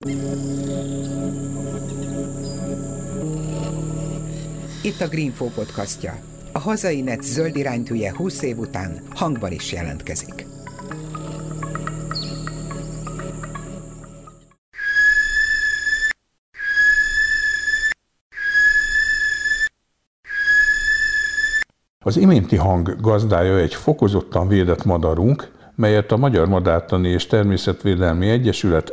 Itt a Greenfo podcastja. A hazai net zöld iránytűje 20 év után hangban is jelentkezik. Az iménti hang gazdája egy fokozottan védett madarunk, melyet a Magyar Madártani és Természetvédelmi Egyesület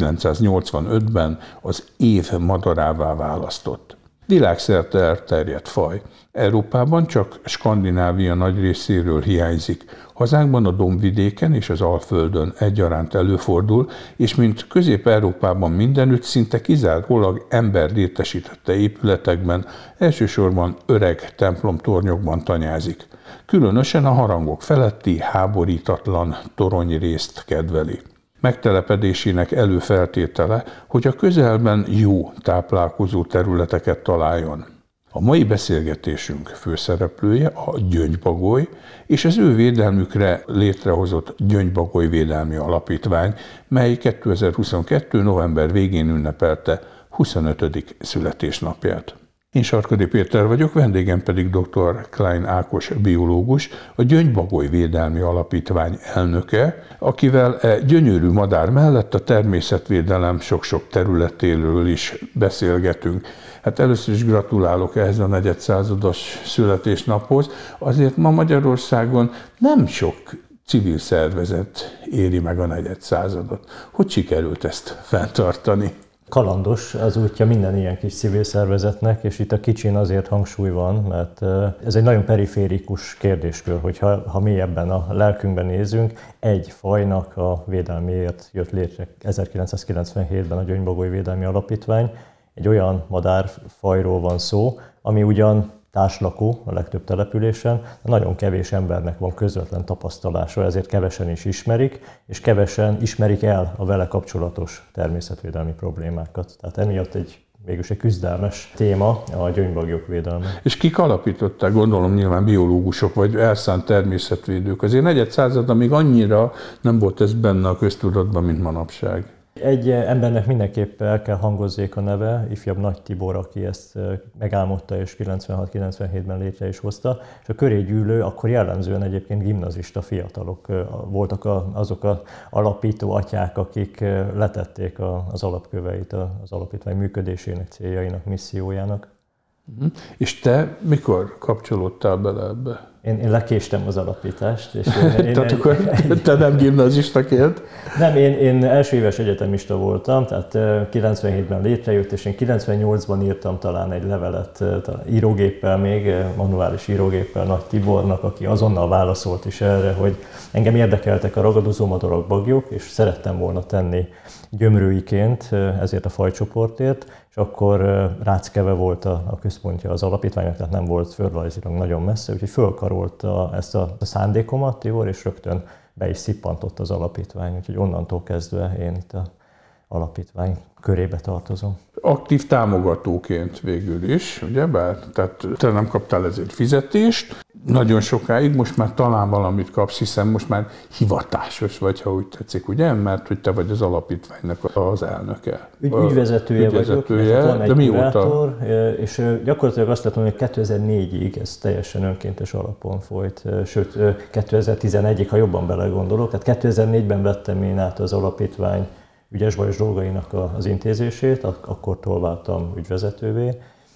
1985-ben az év madarává választott. Világszerte elterjedt faj. Európában csak Skandinávia nagy részéről hiányzik. Hazánkban a dombvidéken és az Alföldön egyaránt előfordul, és mint Közép-Európában mindenütt szinte kizárólag ember létesítette épületekben, elsősorban öreg templomtornyokban tanyázik. Különösen a harangok feletti háborítatlan toronyrészt kedveli. Megtelepedésének előfeltétele, hogy a közelben jó táplálkozó területeket találjon. A mai beszélgetésünk főszereplője a gyöngybagoly és az ő védelmükre létrehozott Gyöngybagoly Védelmi Alapítvány, mely 2022. november végén ünnepelte 25. születésnapját. Én Sarkadi Péter vagyok, vendégem pedig dr. Klein Ákos biológus, a Gyöngybagoly Védelmi Alapítvány elnöke, akivel gyönyörű madár mellett a természetvédelem sok-sok területéről is beszélgetünk. Hát először is gratulálok ehhez a negyedszázados születésnaphoz. Azért ma Magyarországon nem sok civil szervezet éri meg a negyedszázadot. Hogy sikerült ezt fenntartani? Kalandos az útja minden ilyen kis civil szervezetnek, és itt a kicsin azért hangsúly van, mert ez egy nagyon periférikus kérdéskör, hogy ha mélyebben a lelkünkben nézünk, egy fajnak a védelméért jött létre 1997-ben a Gyöngybagoly Védelmi Alapítvány. Egy olyan madárfajról van szó, ami ugyan társlakó a legtöbb településen, de nagyon kevés embernek van közvetlen tapasztalása, ezért kevesen is ismerik, és kevesen ismerik el a vele kapcsolatos természetvédelmi problémákat. Tehát emiatt mégis egy küzdelmes téma a gyöngybagyok védelme. És kik alapították, gondolom nyilván biológusok vagy elszánt természetvédők. Azért negyedszázadban még annyira nem volt ez benne a köztudatban, mint manapság. Egy embernek mindenképp el kell hangozzék a neve, ifjabb Nagy Tibor, aki ezt megálmodta és 96-97-ben létre is hozta, és a köré gyűlő, akkor jellemzően egyébként gimnazista fiatalok voltak azok az alapító atyák, akik letették az alapköveit az alapítvány működésének, céljainak, missziójának. És te mikor kapcsolódtál bele ebbe? Én lekéstem az alapítást. És Tehát akkor te nem gimnazistaként? Nem, én első éves egyetemista voltam, tehát 97-ben létrejött, és én 98-ban írtam talán egy levelet írógéppel még, manuális írógéppel Nagy Tibornak, aki azonnal válaszolt is erre, hogy engem érdekeltek a ragadozó madarak, bagyok, és szerettem volna tenni gyömrőiként ezért a fajcsoportért, és akkor Ráckeve volt a központja az alapítványnak, tehát nem volt földrajzilag nagyon messze, úgyhogy fölkarolta ezt a szándékomat Tibor, és rögtön be is szippantott az alapítvány, úgyhogy onnantól kezdve én itt az alapítvány körébe tartozom. Aktív támogatóként végül is, ugyebár? Tehát te nem kaptál ezért fizetést, nagyon sokáig, most már talán valamit kapsz, hiszen most már hivatásos vagy, ha úgy tetszik, ugye? Mert hogy te vagy az alapítványnak az elnöke. Ügyvezetője vagyok, van egy kurátor, és gyakorlatilag azt lehet mondani, hogy 2004-ig ez teljesen önkéntes alapon folyt, sőt 2011-ig, ha jobban belegondolok, tehát 2004-ben vettem én át az alapítvány ügyes-bajos dolgainak az intézését, akkortól váltam ügyvezetővé,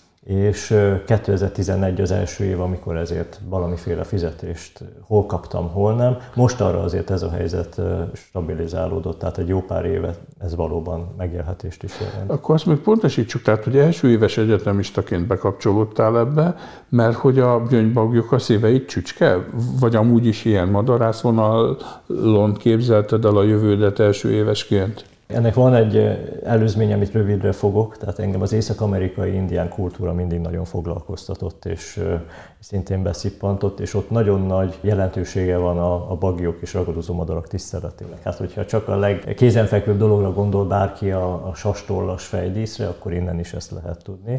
és 2011 az első év, amikor ezért valamiféle fizetést hol kaptam, hol nem. Most arra azért ez a helyzet stabilizálódott, tehát egy jó pár éve ez valóban megélhetést is jelent. Akkor azt még pontosítsuk, tehát hogy első éves egyetemistaként bekapcsolódtál ebbe, mert hogy a gyöngybagyok a szíveit csücske? Vagy amúgy is ilyen madarászvonalon képzelted el a jövődet első évesként? Ennek van egy előzmény, amit rövidre fogok, tehát engem az észak-amerikai indián kultúra mindig nagyon foglalkoztatott, és szintén beszippantott, és ott nagyon nagy jelentősége van a bagyok és ragadozó madarak tiszteletének. Hát, hogyha csak a legkézenfekvőbb dologra gondol bárki a sastollas fejdíszre, akkor innen is ezt lehet tudni.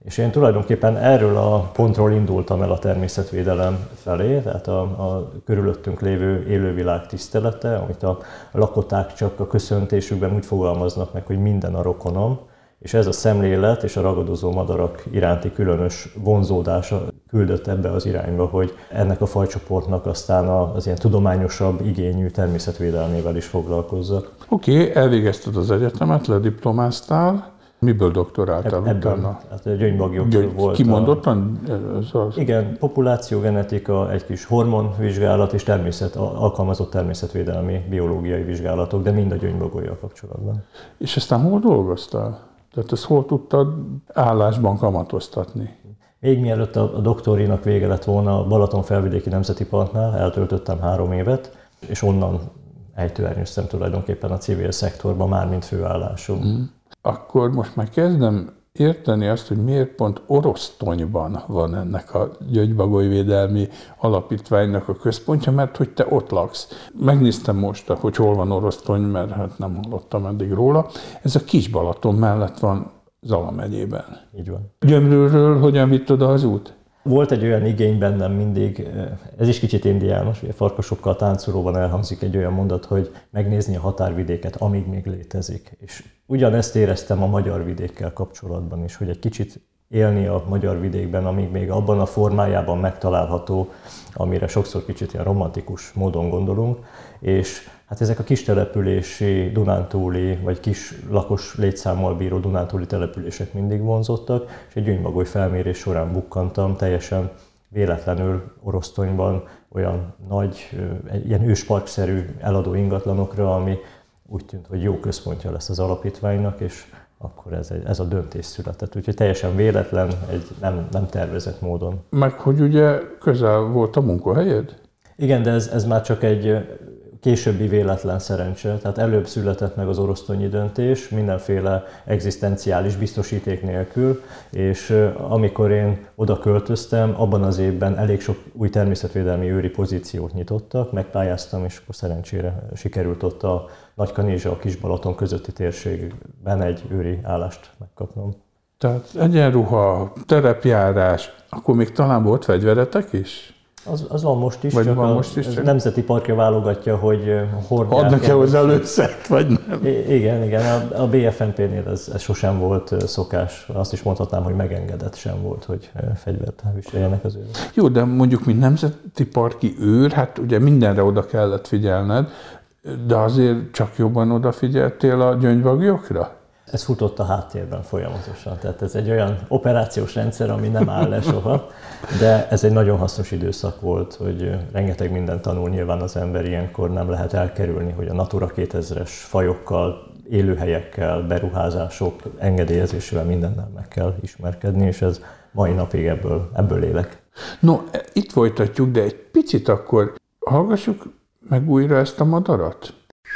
És én tulajdonképpen erről a pontról indultam el a természetvédelem felé, tehát a körülöttünk lévő élővilág tisztelete, amit a lakották csak a köszöntésükben úgy fogalmaznak meg, hogy minden a rokonom, és ez a szemlélet és a ragadozó madarak iránti különös vonzódása küldött ebbe az irányba, hogy ennek a fajcsoportnak aztán az ilyen tudományosabb igényű természetvédelmével is foglalkozzak. Oké, elvégezted az egyetemet, lediplomáztál. Miből doktoráltál utána? Hát gyöngybagyok volt. Kimondottan? Igen, populációgenetika, egy kis hormonvizsgálat és alkalmazott természetvédelmi biológiai vizsgálatok, de mind a gyöngybagolyjal kapcsolatban. És aztán hol dolgoztál? Tehát ezt hol tudtad állásban kamatoztatni? Még mielőtt a doktorinak vége lett volna, a Balaton-felvidéki Nemzeti Parknál eltöltöttem 3 évet, és onnan ejtőernyőztem tulajdonképpen a civil szektorban, már mint főállású. Akkor most már kezdem érteni azt, hogy miért pont Orosztonyban van ennek a gyöngybagolyvédelmi alapítványnak a központja, mert hogy te ott laksz. Megnéztem most, hogy hol van Orosztony, mert hát nem hallottam eddig róla. Ez a Kis-Balaton mellett van Zala megyében. Így van. Gyömrőről hogyan vitt oda az út? Volt egy olyan igény bennem mindig, ez is kicsit indiános, hogy a Farkasokkal táncolóban elhangzik egy olyan mondat, hogy megnézni a határvidéket, amíg még létezik. És ugyanezt éreztem a magyar vidékkel kapcsolatban is, hogy egy kicsit élni a magyar vidékben, amíg még abban a formájában megtalálható, amire sokszor kicsit ilyen romantikus módon gondolunk, és hát ezek a kis települési dunántúli, vagy kis lakos létszámmal bíró dunántúli települések mindig vonzottak, és egy gyöngybagoly felmérés során bukkantam teljesen véletlenül Orosztonyban olyan nagy, ilyen ősparkszerű eladó ingatlanokra, ami úgy tűnt, hogy jó központja lesz az alapítványnak, és akkor ez a döntés született. Úgyhogy teljesen véletlen, egy nem tervezett módon. Meg hogy ugye közel volt a munkahelyed? Igen, de ez már csak egy későbbi véletlen szerencse. Tehát előbb született meg az orosztonyi döntés, mindenféle egzisztenciális biztosíték nélkül, és amikor én oda költöztem, abban az évben elég sok új természetvédelmi őri pozíciót nyitottak, megpályáztam, és akkor szerencsére sikerült ott a Nagykanizsa, a Kis-Balaton közötti térségben egy őri állást megkapnom. Tehát egyenruha, terepjárás, akkor még talán volt fegyveretek is? Az van most is, vagy csak van most is, a Nemzeti Parkja válogatja, hogy hordják. Adnak-e hozzá lőszert, vagy nem? Igen, a BFNP-nél ez sosem volt szokás. Azt is mondhatnám, hogy megengedett sem volt, hogy fegyvert viseljenek az őrök. Jó, de mondjuk, mint nemzeti parki őr, hát ugye mindenre oda kellett figyelned, de azért csak jobban odafigyeltél a gyöngybagyokra? Ez futott a háttérben folyamatosan, tehát ez egy olyan operációs rendszer, ami nem áll le soha, de ez egy nagyon hasznos időszak volt, hogy rengeteg mindent tanul nyilván az ember, ilyenkor nem lehet elkerülni, hogy a Natura 2000-es fajokkal, élőhelyekkel, beruházások engedélyezésével mindennel meg kell ismerkedni, és ez mai napig ebből élek. No, itt folytatjuk, de egy picit akkor hallgassuk meg újra ezt a madarat.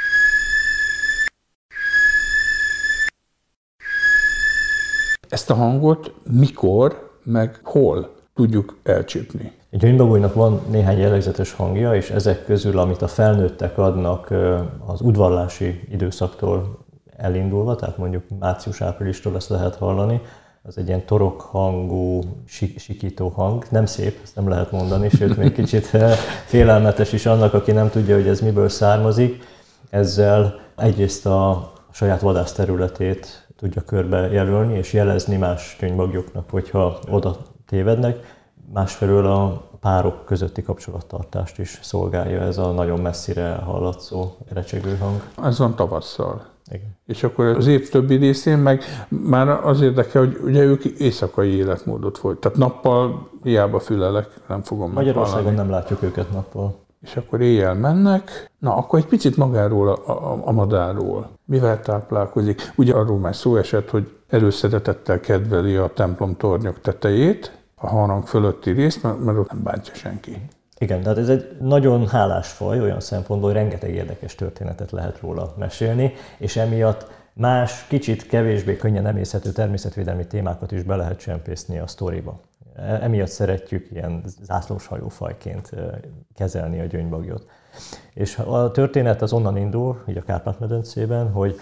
Ezt a hangot mikor, meg hol tudjuk elcsípni? Egy gyöngybagolynak van néhány jellegzetes hangja, és ezek közül, amit a felnőttek adnak az udvarlási időszaktól elindulva, tehát mondjuk március-áprilistól ezt lehet hallani, az egy ilyen torok hangú, sikító hang. Nem szép, ezt nem lehet mondani, sőt még kicsit félelmetes is annak, aki nem tudja, hogy ez miből származik. Ezzel egyrészt a saját vadászterületét tudja körbejelölni és jelezni más gyöngybagyoknak, hogyha oda tévednek. Másfelől a párok közötti kapcsolattartást is szolgálja ez a nagyon messzire hallatszó recsegő hang. Ez van tavasszal. Igen. És akkor az év többi részén meg már az érdekel, hogy ugye ők éjszakai életmódot folyt. Tehát nappal hiába fülelek, nem fogom Magyarországon nem látjuk őket nappal. És akkor éjjel mennek. Na, akkor egy picit magáról, a madárról. Mivel táplálkozik? Ugye arról már szó esett, hogy előszeretettel kedveli a templom tornyok tetejét, a harang fölötti részt, mert ott nem bántja senki. Igen, tehát ez egy nagyon hálás faj, olyan szempontból, hogy rengeteg érdekes történetet lehet róla mesélni, és emiatt más, kicsit kevésbé könnyen emészhető természetvédelmi témákat is be lehet csempészni a sztoriba. Emiatt szeretjük ilyen zászlóshajófajként kezelni a gyöngybagyot. És a történet az onnan indul, így a Kárpát-medencében, hogy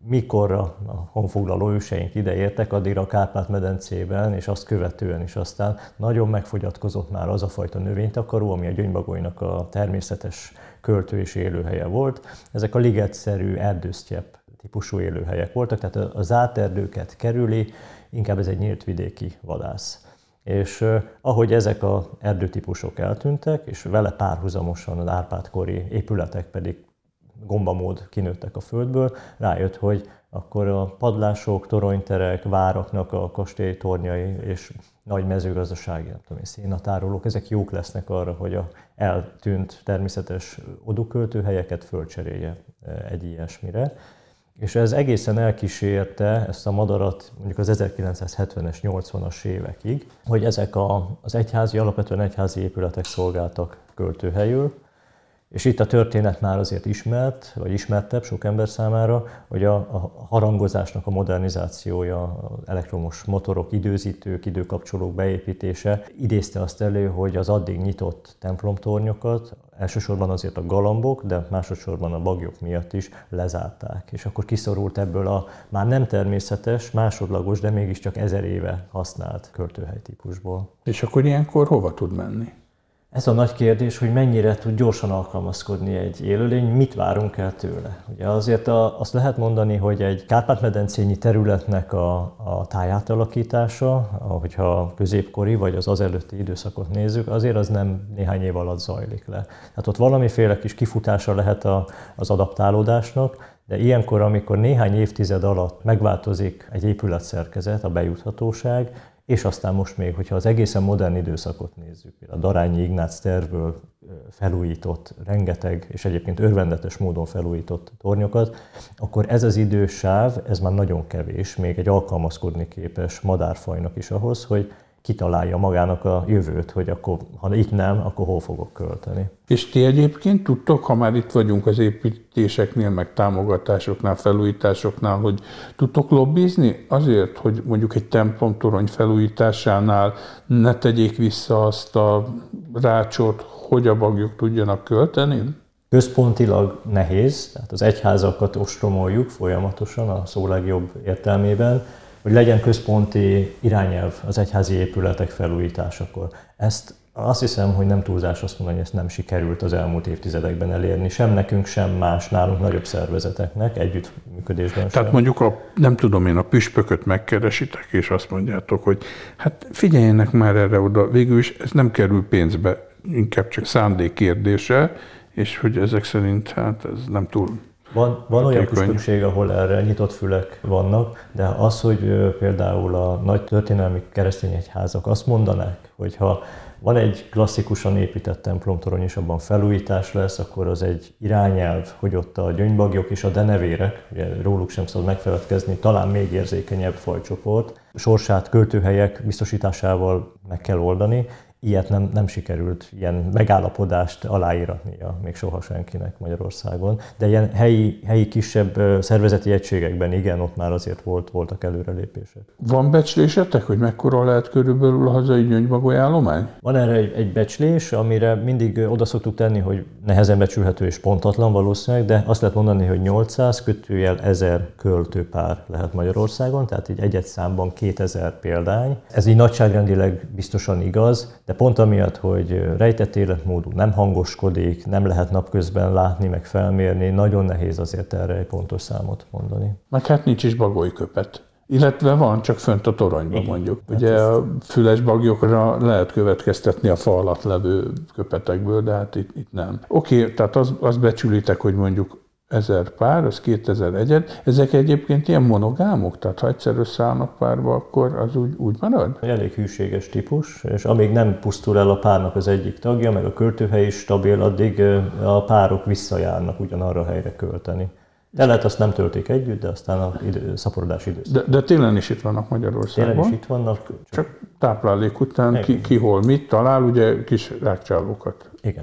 mikorra a honfoglaló őseink ide értek, addigra a Kárpát-medencében, és azt követően is aztán nagyon megfogyatkozott már az a fajta növénytakaró, ami a gyöngybagolynak a természetes költő és élőhelye volt. Ezek a ligetszerű erdősztyepp típusú élőhelyek voltak, tehát a zárt erdőket kerüli, inkább ez egy nyílt vidéki vadász. És ahogy ezek az erdőtípusok eltűntek, és vele párhuzamosan az Árpád-kori épületek pedig gombamód kinőttek a földből, rájött, hogy akkor a padlások, toronyterek, váraknak a kastélytornyai és nagy mezőgazdasági, nem tudom én, szénatárolók, ezek jók lesznek arra, hogy a eltűnt természetes odúköltőhelyeket fölcserélje egy ilyesmire. És ez egészen elkísérte ezt a madarat mondjuk az 1970-es, 80-as évekig, hogy ezek az egyházi, alapvetően egyházi épületek szolgáltak költőhelyül. És itt a történet már azért ismert, vagy ismertebb sok ember számára, hogy a harangozásnak a modernizációja, az elektromos motorok, időzítők, időkapcsolók beépítése idézte azt elő, hogy az addig nyitott templomtornyokat, elsősorban azért a galambok, de másodszorban a baglyok miatt is lezárták. És akkor kiszorult ebből a már nem természetes, másodlagos, de mégiscsak 1000 éve használt költőhelytípusból. És akkor ilyenkor hova tud menni? Ez a nagy kérdés, hogy mennyire tud gyorsan alkalmazkodni egy élőlény, mit várunk el tőle. Ugye azért azt lehet mondani, hogy egy Kárpát-medencényi területnek a tájátalakítása, hogyha középkori vagy az előtti időszakot nézzük, azért az nem néhány év alatt zajlik le. Tehát ott valamiféle kis kifutása lehet az adaptálódásnak, de ilyenkor, amikor néhány évtized alatt megváltozik egy épületszerkezet, a bejuthatóság, és aztán most még, hogyha az egészen modern időszakot nézzük, a Darányi Ignác tervből felújított, rengeteg, és egyébként örvendetes módon felújított tornyokat, akkor ez az idősáv, ez már nagyon kevés, még egy alkalmazkodni képes madárfajnak is ahhoz, hogy kitalálja magának a jövőt, hogy akkor, ha itt nem, akkor hol fogok költeni. És ti egyébként tudtok, ha már itt vagyunk az építéseknél, meg támogatásoknál, felújításoknál, hogy tudtok lobbizni azért, hogy mondjuk egy templomtorony felújításánál ne tegyék vissza azt a rácsot, hogy a baglyok tudjanak költeni? Központilag nehéz, tehát az egyházakat ostromoljuk folyamatosan a szó legjobb értelmében, hogy legyen központi irányelv az egyházi épületek felújításakor. Ezt azt hiszem, hogy nem túlzás azt mondani, hogy ezt nem sikerült az elmúlt évtizedekben elérni. Sem nekünk, sem más nálunk nagyobb szervezeteknek együttműködésben. Tehát mondjuk nem tudom én, a püspököt megkeresitek, és azt mondjátok, hogy hát figyeljenek már erre oda, végül is ez nem kerül pénzbe, inkább csak szándék kérdése, és hogy ezek szerint hát ez nem túl... Van olyan püspökség, ahol erre nyitott fülek vannak, de az, hogy például a nagy történelmi keresztény egyházak azt mondanák, hogy ha van egy klasszikusan épített templomtorony, és abban felújítás lesz, akkor az egy irányelv, hogy ott a gyöngybagyok és a denevérek, ugye róluk sem szabad megfeledkezni, talán még érzékenyebb fajcsoport, sorsát költőhelyek biztosításával meg kell oldani. Ilyet nem sikerült, ilyen megállapodást aláíratnia még soha senkinek Magyarországon. De ilyen helyi kisebb szervezeti egységekben igen, ott már azért voltak előrelépések. Van becslésetek, hogy mekkora lehet körülbelül a hazai gyöngybagoly állomány? Van erre egy becslés, amire mindig oda szoktuk tenni, hogy nehezen becsülhető és pontatlan valószínűleg, de azt lehet mondani, hogy 800 1000 költőpár lehet Magyarországon, tehát így egy számban 2000 példány. Ez így nagyságrendileg biztosan igaz, de pont amiatt, hogy rejtett életmódú, nem hangoskodik, nem lehet napközben látni, meg felmérni, nagyon nehéz azért erre egy pontos számot mondani. Meg hát nincs is bagolyköpet. Illetve van, csak fönt a toronyban mondjuk. Hát ugye a füles bagyokra lehet következtetni a fa alatt levő köpetekből, de hát itt nem. Oké, tehát azt becsülitek, hogy mondjuk 1000 pár, az 2000 egyed. Ezek egyébként ilyen monogámok? Tehát ha egyszer összeállnak párba, akkor az úgy marad? Elég hűséges típus, és amíg nem pusztul el a párnak az egyik tagja, meg a költőhely is stabil, addig a párok visszajárnak ugyanarra a helyre költeni. De lehet, azt nem töltik együtt, de aztán a szaporodás időszak. De télen is itt vannak Magyarországon. Télen is itt vannak. Csak táplálék után ki hol mit talál, ugye kis rákcsálókat. Igen.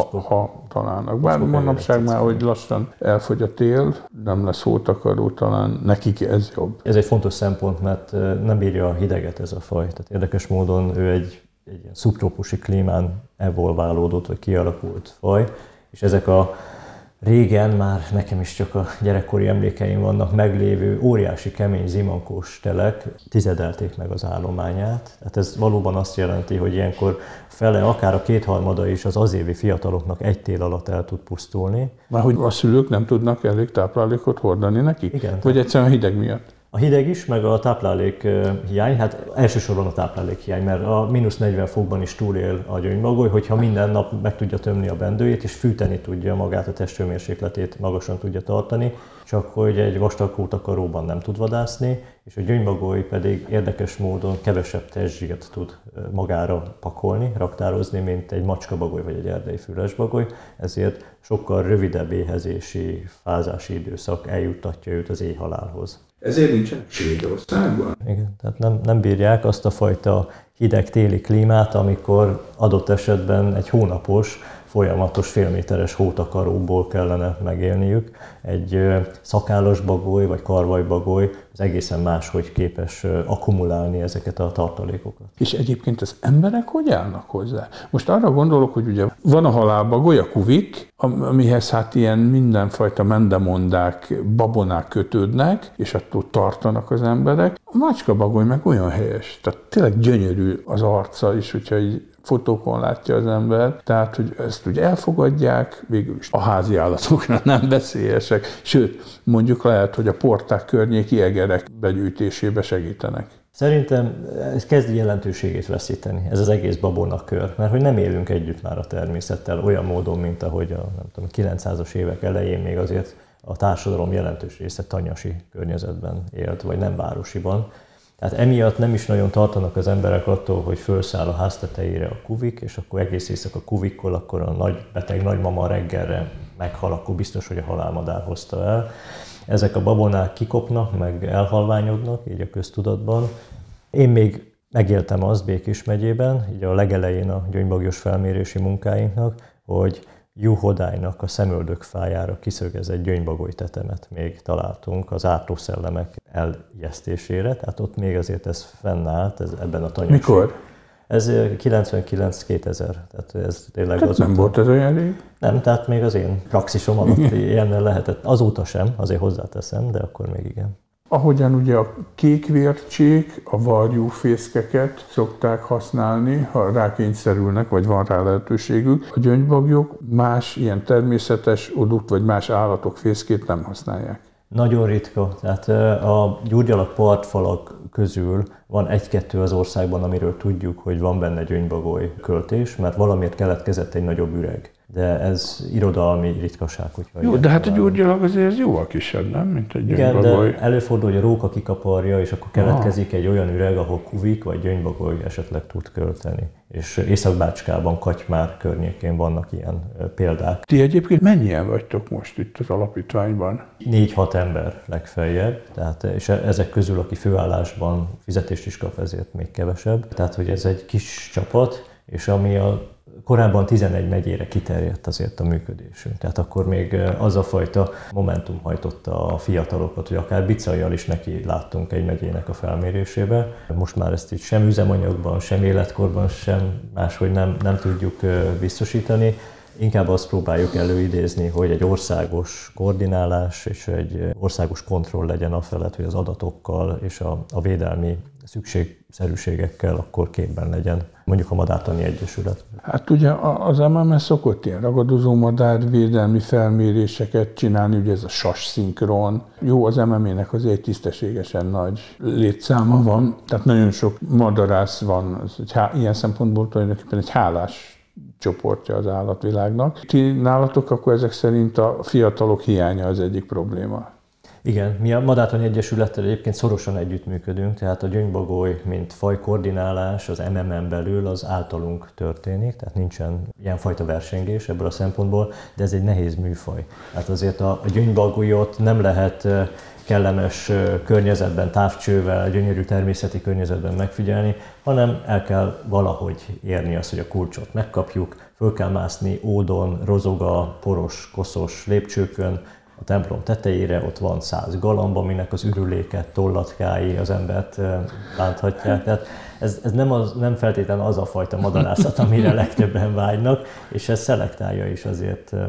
Ha találnak. Bár manapság már, hogy lassan elfogy a tél, nem lesz hótakaró, talán nekik ez jobb. Ez egy fontos szempont, mert nem bírja a hideget ez a faj. Tehát érdekes módon ő egy szubtrópusi klímán evolválódott, vagy kialakult faj, és ezek a régen, már nekem is csak a gyerekkori emlékeim vannak, meglévő óriási kemény zimankós telek tizedelték meg az állományát. Tehát ez valóban azt jelenti, hogy ilyenkor fele, akár a kétharmada is az azévi fiataloknak egy tél alatt el tud pusztulni. Már hogy a szülők nem tudnak elég táplálékot hordani nekik? Igen. Vagy egyszerűen a hideg miatt? A hideg is, meg a táplálék hiány, hát elsősorban a táplálék hiány, mert a -40 fokban is túlél a gyöngybagoly, hogyha minden nap meg tudja tömni a bendőjét, és fűteni tudja magát, a testhőmérsékletét magasan tudja tartani, csak hogy egy vastag hótakaróban nem tud vadászni, és a gyöngybagoly pedig érdekes módon kevesebb testzsírt tud magára pakolni, raktározni, mint egy macskabagoly vagy egy erdei fülesbagoly, ezért sokkal rövidebb éhezési, fázási időszak eljuttatja őt az éhhalálhoz. Ezért nincsenek Svédországban? Igen, tehát nem bírják azt a fajta hideg téli klímát, amikor adott esetben egy hónapos, folyamatos félméteres hótakaróból kellene megélniük. Egy szakállas bagoly vagy karvajbagoly az egészen máshogy képes akkumulálni ezeket a tartalékokat. És egyébként az emberek hogy állnak hozzá? Most arra gondolok, hogy ugye van a halálbagoly, a kuvik, amihez hát ilyen mindenfajta mendemondák, babonák kötődnek, és attól tartanak az emberek. A macskabagoly meg olyan helyes, tehát tényleg gyönyörű az arca is, hogyha így fotókon látja az ember, tehát, hogy ezt úgy elfogadják, végül is a házi állatokra nem veszélyesek, sőt, mondjuk lehet, hogy a porták környéki egerek begyűjtésébe segítenek. Szerintem ez kezdi jelentőségét veszíteni, ez az egész babonakör, mert hogy nem élünk együtt már a természettel olyan módon, mint ahogy a 900-as évek elején még azért a társadalom jelentős része tanyasi környezetben élt, vagy nem városiban. Tehát emiatt nem is nagyon tartanak az emberek attól, hogy felszáll a ház tetejére a kuvik, és akkor egész éjszaka kuvikkol, akkor a nagy beteg nagymama reggelre meghal, akkor biztos, hogy a halálmadár hozta el. Ezek a babonák kikopnak, meg elhalványodnak, így a köztudatban. Én még megéltem azt Békés megyében, így a legelején a gyöngybagyos felmérési munkáinknak, hogy Juhodálynak a szemöldökfájára kiszögezett gyöngybagoly tetemet még találtunk az ártószellemek eljesztésére, tehát ott még azért ez fennállt, ebben a tanyasi. Mikor? Ez 99-2000, tehát ez tényleg tehát nem volt ez olyan rég? Nem, tehát még az én praxisom alatt ilyennel lehetett. Azóta sem, azért hozzáteszem, de akkor még igen. Ahogyan ugye a kékvércsék, a varjúfészkeket szokták használni, ha rákényszerülnek, vagy van rá lehetőségük, a gyöngybagyok más ilyen természetes odút, vagy más állatok fészkét nem használják. Nagyon ritka. Tehát a gyurgyalak partfalak közül van egy-kettő az országban, amiről tudjuk, hogy van benne gyöngybagoly költés, mert valamiért keletkezett egy nagyobb üreg. De ez irodalmi ritkaság, hogyha... Jó, de hát a gyurgyalag azért jóval kisebb, nem? Mint egy gyöngybagoly. Igen, de előfordul, hogy a róka kikaparja, és akkor keletkezik egy olyan üreg, ahol kuvik vagy gyöngybagoly esetleg tud költeni. És Észak-Bácskában, Katymár környékén vannak ilyen példák. Ti egyébként mennyien vagytok most itt az alapítványban? 4-6 ember legfeljebb, tehát, és ezek közül, aki főállásban fizetést is kap, ezért még kevesebb. Tehát, hogy ez egy kis csapat, és ami korábban 11 megyére kiterjedt azért a működésünk. Tehát akkor még az a fajta momentum hajtotta a fiatalokat, hogy akár bicajjal is neki láttunk egy megyének a felmérésébe. Most már ezt így sem üzemanyagban, sem életkorban, sem máshogy nem tudjuk biztosítani. Inkább azt próbáljuk előidézni, hogy egy országos koordinálás és egy országos kontroll legyen afelett, hogy az adatokkal és a védelmi szükségszerűségekkel akkor képben legyen mondjuk a Madártani Egyesület. Hát ugye az MMS szokott ilyen ragadozó madárvédelmi felméréseket csinálni, ugye ez a SAS szinkron. Jó, az MMA-nek azért egy tisztességesen nagy létszáma van, tehát nagyon sok madarász van, ilyen szempontból tulajdonképpen egy hálás csoportja az állatvilágnak. Ti nálatok akkor ezek szerint a fiatalok hiánya az egyik probléma. Igen, mi a Madártani Egyesülettel egyébként szorosan együttműködünk, tehát a gyöngybagoly, mint fajkoordinálás az MMM belül az általunk történik, tehát nincsen ilyenfajta versengés ebből a szempontból, de ez egy nehéz műfaj. Hát azért a gyöngybagolyot nem lehet kellemes környezetben, távcsővel, gyönyörű természeti környezetben megfigyelni, hanem el kell valahogy érni azt, hogy a kulcsot megkapjuk, föl kell mászni ódon, rozoga, poros, koszos lépcsőkön, a templom tetejére, ott van 100 galamb, aminek az ürüléket, tollatkái az embert bánthatják. Tehát ez nem feltétlenül az a fajta madarászat, amire legtöbben vágynak, és ez szelektálja is azért, meg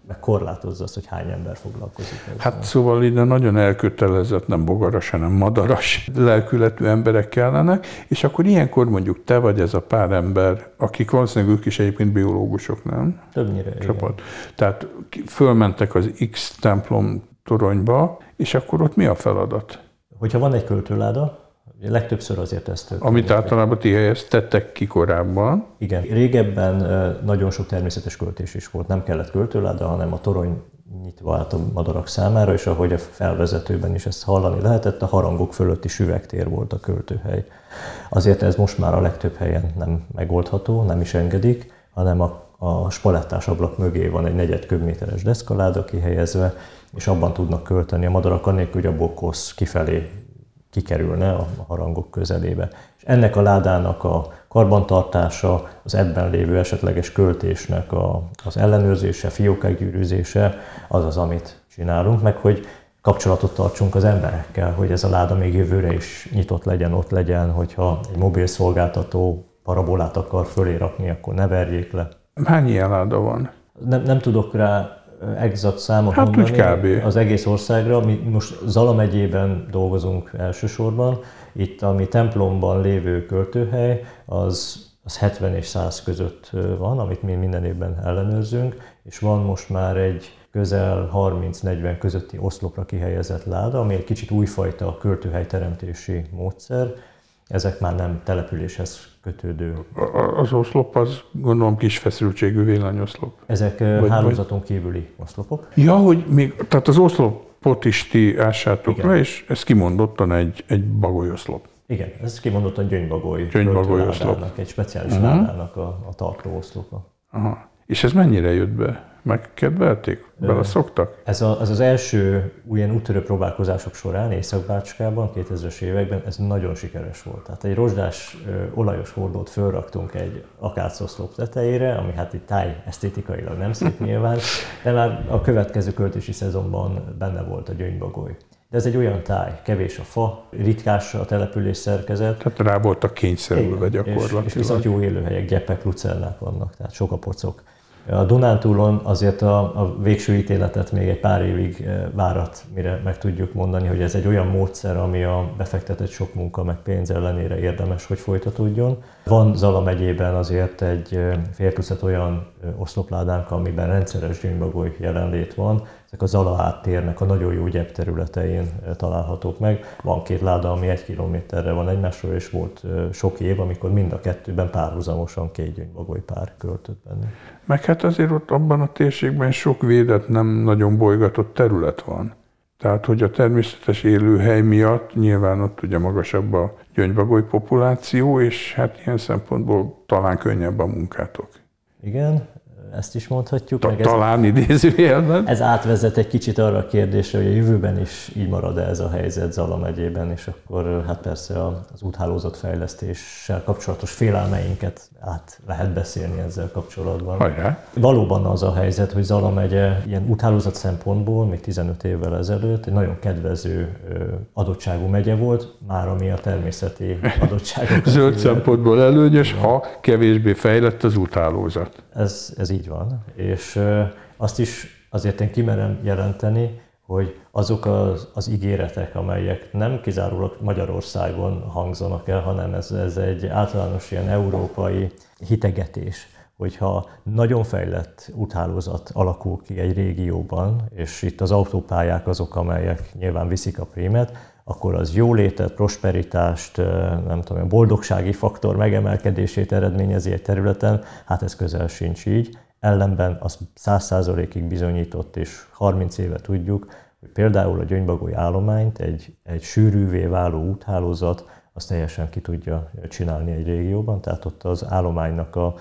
meg korlátozza azt, hogy hány ember foglalkozik ezzel. Hát szóval ide nagyon elkötelezett, nem bogaras, hanem madaras lelkületű emberek kellenek, és akkor ilyenkor mondjuk te vagy ez a pár ember, akik valószínűleg ők is egyébként biológusok, nem? Többnyire, Csapat. igen. Tehát fölmentek az X templom toronyba, és akkor ott mi a feladat? Hogyha van egy költőláda, legtöbbször azért ezt történik. Amit általában ti helyeztettek ki korábban. Igen, régebben nagyon sok természetes költés is volt, nem kellett költőláda, hanem a torony nyitva állt a madarak számára, és ahogy a felvezetőben is ezt hallani lehetett, a harangok fölötti süvegtér volt a költőhely. Azért ez most már a legtöbb helyen nem megoldható, nem is engedik, hanem a spalettás ablak mögé van egy 4 köbméteres deszkaláda kihelyezve, és abban tudnak költeni a madarak, annélkül, hogy a bokosz kifelé kikerülne a harangok közelébe. És ennek a ládának a karbantartása, az ebben lévő esetleges költésnek az ellenőrzése, fiókák gyűrűzése az, amit csinálunk, meg hogy kapcsolatot tartsunk az emberekkel, hogy ez a láda még jövőre is nyitott legyen, ott legyen, hogyha egy mobil szolgáltató parabolát akar fölé rakni, akkor ne verjék le. Hány ilyen láda van? Nem tudok rá exakt számot mondani kb. Az egész országra. Mi most Zala megyében dolgozunk elsősorban. Itt a mi templomban lévő költőhely az 70 és 100 között van, amit mi minden évben ellenőrzünk, és van most már egy közel 30-40 közötti oszlopra kihelyezett láda, ami egy kicsit újfajta költőhelyteremtési módszer. Ezek már nem településhez kötődő. Az oszlop az gondolom kis feszültségű villanyoszlop. Ezek hálózaton kívüli oszlopok. Ja, hogy még, tehát az oszlopot is ti ássátok le, és ez kimondottan egy bagolyoszlop. Igen, ez kimondottan gyöngybagoly oszlop. Egy speciális ládának a tartó oszlopa. Aha. És ez mennyire jött be? Megkedvelték? Beleszoktak? Ez az első ilyen úttörő próbálkozások során Észak-Bácskában, 2000-es években ez nagyon sikeres volt. Tehát egy rozsdás, olajos hordót fölraktunk egy akácoszlop tetejére, ami hát itt táj esztétikailag nem szép nyilván, de már a következő költési szezonban benne volt a gyöngybagoly. De ez egy olyan táj, kevés a fa, ritkás a település szerkezet. Tehát rá voltak kényszerülve gyakorlatilag. És viszont jó élőhelyek, gyepek, lucernák vannak, tehát sok a pocok. A Dunántúlon azért a végső ítéletet még egy pár évig várat, mire meg tudjuk mondani, hogy ez egy olyan módszer, ami a befektetett sok munka meg pénz ellenére érdemes, hogy folytatódjon. Van Zala megyében azért egy fél tucat olyan oszlopládánk, amiben rendszeres gyöngybagoly jelenlét van. Ezek a Zala áttérnek a nagyon jó gyep területein találhatók meg. Van 2 láda, ami 1 kilométerre van egymásról, és volt sok év, amikor mind a kettőben párhuzamosan 2 gyöngybagolypár költött benne. Meg hát azért ott abban a térségben sok védett, nem nagyon bolygatott terület van. Tehát, hogy a természetes élőhely miatt nyilván ott ugye magasabb a gyöngybagoly populáció, és hát ilyen szempontból talán könnyebb a munkátok. Igen, ezt is mondhatjuk. Talán idézőjelben. Ez átvezet egy kicsit arra a kérdésre, hogy a jövőben is így marad-e ez a helyzet Zala megyében, és akkor hát persze az úthálózat fejlesztéssel kapcsolatos félelmeinket át lehet beszélni ezzel kapcsolatban. Hajrá. Valóban az a helyzet, hogy Zala megye ilyen úthálózat szempontból még 15 évvel ezelőtt egy nagyon kedvező adottságú megye volt, már ami a természeti adottságokat. Zöld szempontból előnyös, ha kevésbé fejlett az úthálózat. Ez így van, és azt is azért én kimerem jelenteni, hogy azok az ígéretek, amelyek nem kizárólag Magyarországon hangzanak el, hanem ez egy általános ilyen európai hitegetés, hogyha nagyon fejlett úthálózat alakul ki egy régióban, és itt az autópályák azok, amelyek nyilván viszik a prémet, akkor az jólétet, prosperitást, nem tudom, a boldogsági faktor megemelkedését eredményezi egy területen, hát ez közel sincs így. Ellenben az 100%-ig bizonyított, és 30 éve tudjuk, hogy például a gyöngybagoly állományt egy sűrűvé váló úthálózat, az teljesen ki tudja csinálni egy régióban, tehát ott az állománynak a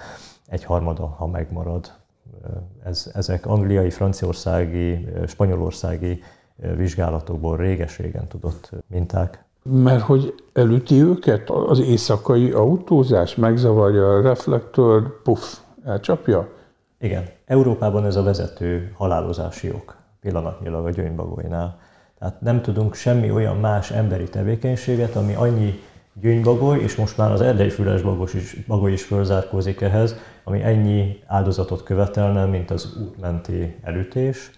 1/3, ha megmarad. Ezek angliai, franciaországi, spanyolországi vizsgálatokból réges-régen tudott minták. Mert hogy elüti őket az éjszakai autózás, megzavarja a reflektor, puff, elcsapja? Igen. Európában ez a vezető halálozási ok pillanatnyilag a gyöngybagolynál. Tehát nem tudunk semmi olyan más emberi tevékenységet, ami annyi gyöngybagoly, és most már az erdei-füles bagoly is fölzárkózik ehhez, ami ennyi áldozatot követelne, mint az útmenti elütés.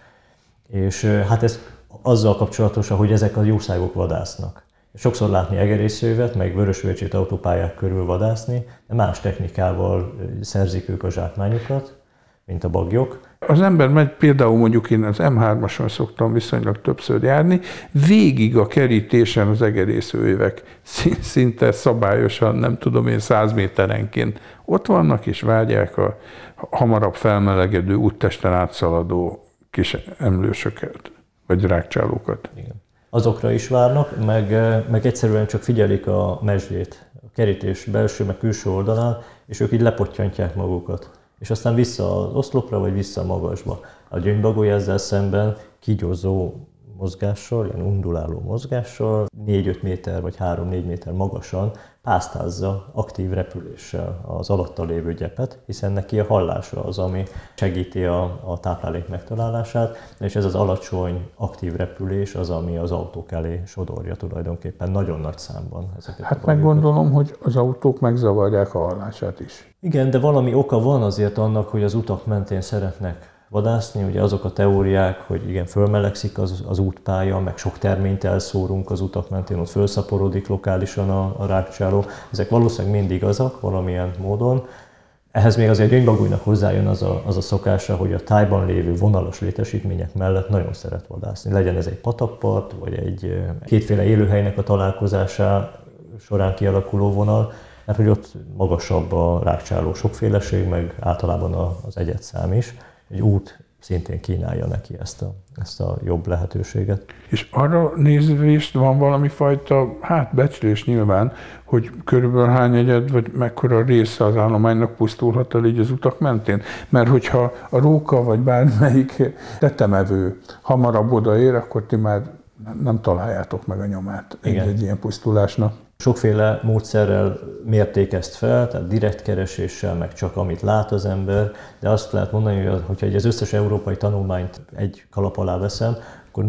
És hát ez azzal kapcsolatos, hogy ezek a jószágok vadásznak. Sokszor látni egerészővet, meg vörösvölgyét autópályák körül vadászni, de más technikával szerzik ők a zsákmányukat, mint a baglyok. Az ember megy, például mondjuk én az M3-ason szoktam viszonylag többször járni, végig a kerítésen az egerészőjövek szinte szabályosan, nem tudom én, 100 méterenként ott vannak, és vágyják a hamarabb felmelegedő úttesten átszaladó kis emlősöket, vagy rágcsálókat. Igen. Azokra is várnak, meg egyszerűen csak figyelik a mezsdjét, a kerítés belső, meg külső oldalán, és ők így lepottyantják magukat. És aztán vissza az oszlopra, vagy vissza a magasba. A gyöngybagoly ezzel szemben kígyózó mozgással, ilyen unduláló mozgással, 4-5 méter vagy 3-4 méter magasan pásztázza aktív repüléssel az alatta lévő gyepet, hiszen neki a hallása az, ami segíti a táplálék megtalálását, és ez az alacsony aktív repülés az, ami az autók elé sodorja tulajdonképpen nagyon nagy számban ezeket. Hát meg gondolom, hogy az autók megzavarják a hallását is. Igen, de valami oka van azért annak, hogy az utak mentén szeretnek vadászni, ugye azok a teóriák, hogy igen, fölmelegszik az útpálya, meg sok terményt elszórunk az utak mentén, ott fölszaporodik lokálisan a rágcsáló. Ezek valószínűleg mind igazak valamilyen módon. Ehhez még azért a gyöngybagolynak hozzájön az a szokása, hogy a tájban lévő vonalas létesítmények mellett nagyon szeret vadászni. Legyen ez egy patakpart, vagy egy kétféle élőhelynek a találkozása során kialakuló vonal, mert hogy ott magasabb a rágcsáló sokféleség, meg általában az egyedszám is. Egy út szintén kínálja neki ezt a jobb lehetőséget. És arra nézvést van valami fajta, becslés nyilván, hogy körülbelül hány egyed, vagy mekkora része az állománynak pusztulhat el így az utak mentén? Mert hogyha a róka, vagy bármelyik tetemevő hamarabb odaér, akkor ti már nem találjátok meg a nyomát egy ilyen pusztulásnak. Sokféle módszerrel mérték ezt fel, tehát direkt kereséssel, meg csak amit lát az ember, de azt lehet mondani, hogy hogyha az összes európai tanulmányt egy kalap alá veszem, akkor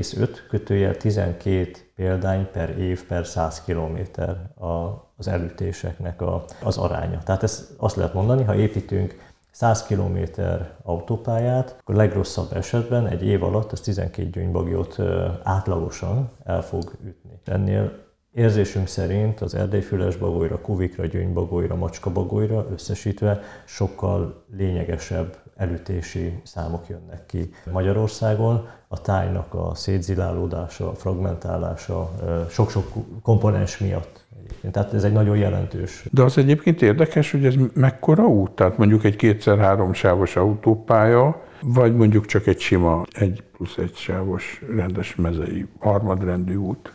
0,5/12 példány per év per 100 kilométer az elütéseknek az aránya. Tehát ezt azt lehet mondani, ha építünk 100 kilométer autópályát, akkor legrosszabb esetben egy év alatt az 12 gyöngybagyot átlagosan el fog ütni. Ennél érzésünk szerint az erdei-füles bagolyra, kuvikra, gyöngybagolyra, macskabagolyra összesítve sokkal lényegesebb elütési számok jönnek ki Magyarországon. A tájnak a szétzilálódása, a fragmentálása sok-sok komponens miatt. Tehát ez egy nagyon jelentős. De az egyébként érdekes, hogy ez mekkora út? Tehát mondjuk egy 2x3 sávos autópálya, vagy mondjuk csak egy sima 1+1 sávos rendes mezei harmadrendű út?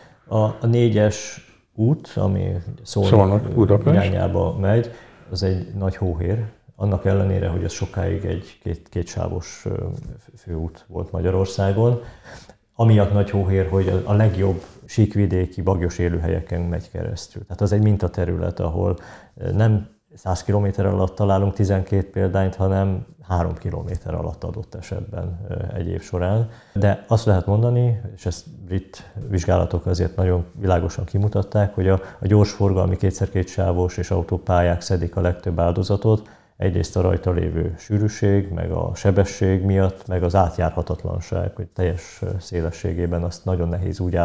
A 4-es út, ami Szolnok irányába megy, az egy nagy hóhér. Annak ellenére, hogy ez sokáig egy kétsávos főút volt Magyarországon. Amiatt nagy hóhér, hogy a legjobb síkvidéki bagyos élőhelyeken megy keresztül. Tehát az egy mintaterület, ahol nem 100 km alatt találunk 12 példányt, hanem 3 km alatt adott esetben egy év során. De azt lehet mondani, és ezt brit vizsgálatok azért nagyon világosan kimutatták, hogy a gyorsforgalmi 2x2 sávos és autópályák szedik a legtöbb áldozatot, egyrészt a rajta lévő sűrűség, meg a sebesség miatt, meg az átjárhatatlanság, hogy teljes szélességében azt nagyon nehéz úgy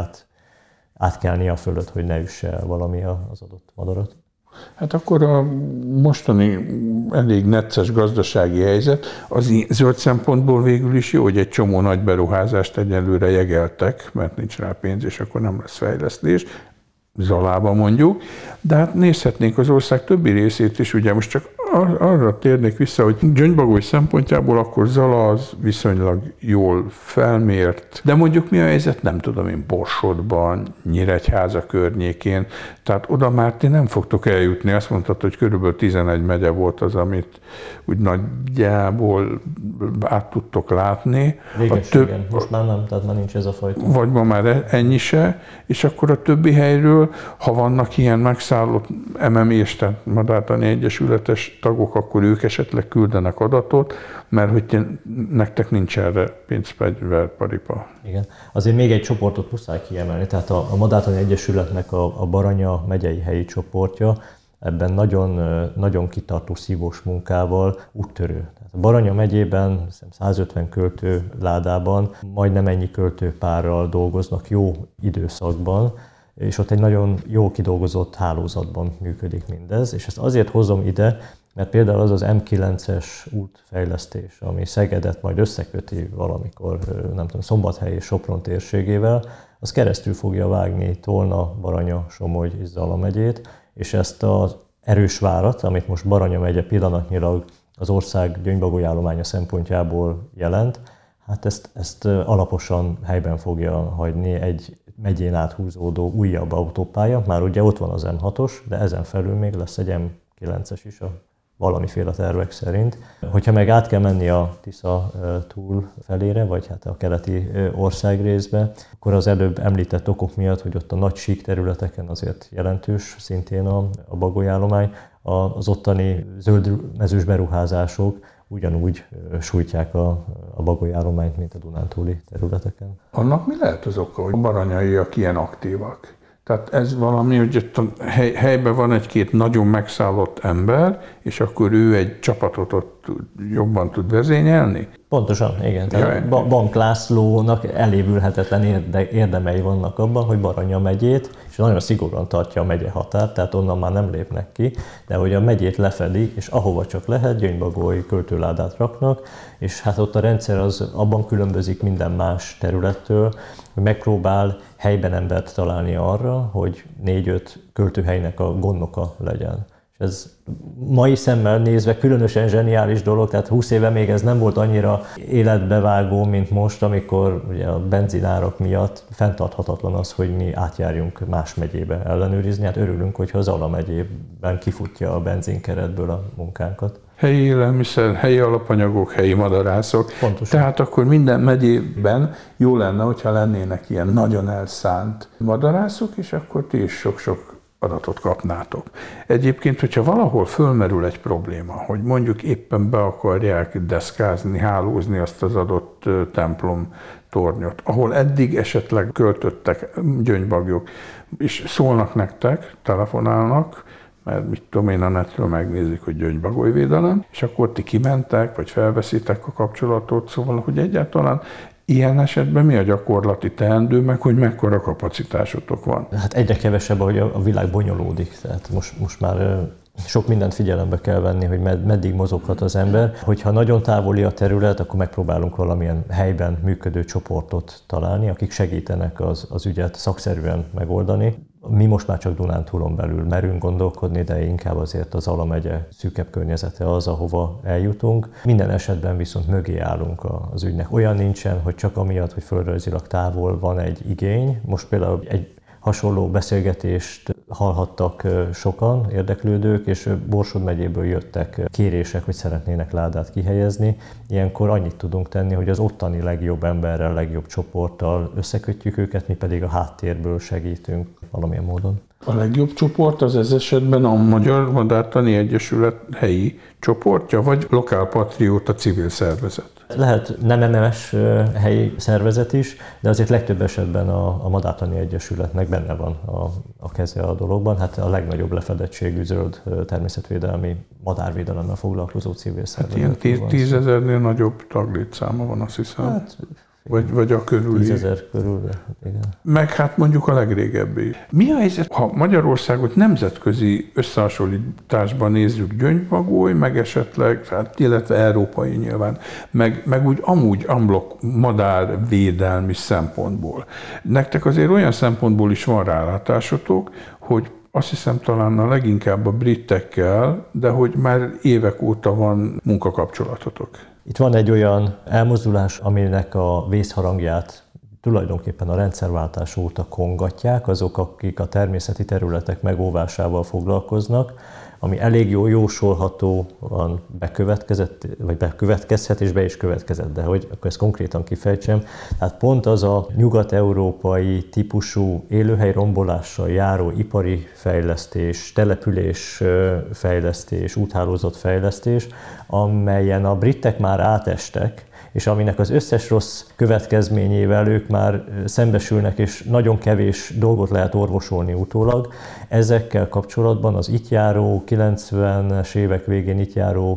átkelni a fölött, hogy ne üsse el valami az adott madarat. Hát akkor a mostani elég necces gazdasági helyzet az zöld szempontból végül is jó, hogy egy csomó nagy beruházást egyelőre jegeltek, mert nincs rá pénz, és akkor nem lesz fejlesztés, Zalában mondjuk, de hát nézhetnénk az ország többi részét is, ugye most csak arra térnék vissza, hogy Gyöngybagoly szempontjából akkor Zala az viszonylag jól felmért, de mondjuk mi a helyzet, nem tudom én, Borsodban, Nyíregyháza környékén, tehát oda már ti nem fogtok eljutni, azt mondtad, hogy körülbelül 11 megye volt az, amit úgy nagyjából át tudtok látni. Igen, most már nem, tehát már nincs ez a fajta. Vagy ma már ennyi se, és akkor a többi helyről, ha vannak ilyen megszállott MME-s, tehát Madártani Egyesületes tagok, akkor ők esetleg küldenek adatot, mert hogy nektek nincs erre pénzfegyverparipa. Igen. Azért még egy csoportot muszáj kiemelni, tehát a Madártani Egyesületnek a Baranya megyei helyi csoportja ebben nagyon, nagyon kitartó szívós munkával úttörő. Tehát a Baranya megyében 150 költőládában majdnem ennyi költőpárral dolgoznak jó időszakban, és ott egy nagyon jó kidolgozott hálózatban működik mindez, és ezt azért hozom ide, mert például az M9-es útfejlesztés, ami Szegedet majd összeköti valamikor, nem tudom, Szombathely és Sopron térségével, az keresztül fogja vágni Tolna, Baranya, Somogy és Zala megyét, és ezt az erős várat, amit most Baranya megye pillanatnyilag az ország gyöngybagoly állománya szempontjából jelent, hát ezt alaposan helyben fogja hagyni egy megyén áthúzódó újabb autópálya. Már ugye ott van az M6-os, de ezen felül még lesz egy M9-es is a valamiféle tervek szerint. Hogyha meg át kell menni a Tisza túl felére, vagy hát a keleti országrészbe, akkor az előbb említett okok miatt, hogy ott a nagy sík területeken azért jelentős szintén a bagolyállomány, az ottani zöldmezős beruházások ugyanúgy sújtják a bagolyállományt, mint a dunántúli területeken. Annak mi lehet az oka, hogy a baranyaiak ilyen aktívak? Tehát ez valami, hogy ott a helyben van egy-két nagyon megszállott ember, és akkor ő egy csapatot ott jobban tud vezényelni? Pontosan, igen. Tehát Bank Lászlónak elévülhetetlen érdemei vannak abban, hogy Baranya megyét, és nagyon szigorúan tartja a megye határt, tehát onnan már nem lépnek ki, de hogy a megyét lefedi, és ahova csak lehet, gyöngybagoly költőládát raknak, és hát ott a rendszer az abban különbözik minden más területtől, hogy megpróbál helyben embert találni arra, hogy 4-5 költőhelynek a gondnoka legyen. És ez mai szemmel nézve különösen zseniális dolog, tehát 20 éve még ez nem volt annyira életbevágó, mint most, amikor ugye a benzinárak miatt fenntarthatatlan az, hogy mi átjárjunk más megyébe ellenőrizni. Hát örülünk, hogyha az Zala megyében kifutja a benzinkeretből a munkánkat. Helyi élelmiszer, helyi alapanyagok, helyi madarászok. Pontosan. Tehát akkor minden megyében jó lenne, hogyha lennének ilyen nagyon elszánt madarászok, és akkor ti is sok-sok adatot kapnátok. Egyébként, hogyha valahol fölmerül egy probléma, hogy mondjuk éppen be akarják deszkázni, hálózni azt az adott templom tornyot, ahol eddig esetleg költöttek gyöngybagyok, és szólnak nektek, telefonálnak, mert mit tudom én, a netről megnézik, hogy gyöngybagolyvédelem, és akkor ti kimentek, vagy felveszitek a kapcsolatot, szóval, hogy egyáltalán ilyen esetben mi a gyakorlati teendő, meg hogy mekkora kapacitásotok van? Hát egyre kevesebb, ahogy a világ bonyolódik, tehát most már sok mindent figyelembe kell venni, hogy meddig mozoghat az ember. Hogyha nagyon távoli a terület, akkor megpróbálunk valamilyen helyben működő csoportot találni, akik segítenek az ügyet szakszerűen megoldani. Mi most már csak Dunántúlon belül merünk gondolkodni, de inkább azért az Zala megye szűkebb környezete az, ahova eljutunk. Minden esetben viszont mögé állunk az ügynek. Olyan nincsen, hogy csak amiatt, hogy földrajzilag távol van egy igény. Most például egy hasonló beszélgetést hallhattak sokan érdeklődők, és Borsod megyéből jöttek kérések, hogy szeretnének ládát kihelyezni. Ilyenkor annyit tudunk tenni, hogy az ottani legjobb emberrel, legjobb csoporttal összekötjük őket, mi pedig a háttérből segítünk valamilyen módon. A legjobb csoport az ez esetben a Magyar Madártani Egyesület helyi csoportja, vagy lokálpatrióta civil szervezet? Lehet nem nemes helyi szervezet is, de azért legtöbb esetben a Madártani Egyesületnek benne van a keze a dologban. Hát a legnagyobb lefedettségű zöld természetvédelmi madárvédelemmel foglalkozó civil szervezet. Hát ilyen 10 000-nél nagyobb taglétszáma van, azt hiszem. Hát, vagy a körüli. 10 000 körül, igen. Meg hát mondjuk a legrégebbi. Mi a helyzet, ha Magyarországot nemzetközi összehasonlításban nézzük, gyöngybagoly, meg esetleg, hát, illetve európai nyilván, meg úgy amúgy amblok madárvédelmi szempontból. Nektek azért olyan szempontból is van rálátásotok, hogy azt hiszem talán a leginkább a britekkel, de hogy már évek óta van munkakapcsolatotok. Itt van egy olyan elmozdulás, aminek a vészharangját tulajdonképpen a rendszerváltás óta kongatják, azok, akik a természeti területek megóvásával foglalkoznak, ami elég jósolhatóan bekövetkezhet, és be is következett, de hogy akkor ezt konkrétan kifejtsem. Tehát pont az a nyugat-európai típusú élőhely rombolással járó ipari fejlesztés, település fejlesztés, úthálózat fejlesztés, amelyen a britek már átestek, és aminek az összes rossz következményével ők már szembesülnek, és nagyon kevés dolgot lehet orvosolni utólag. Ezekkel kapcsolatban az itt járó, 90-es évek végén itt járó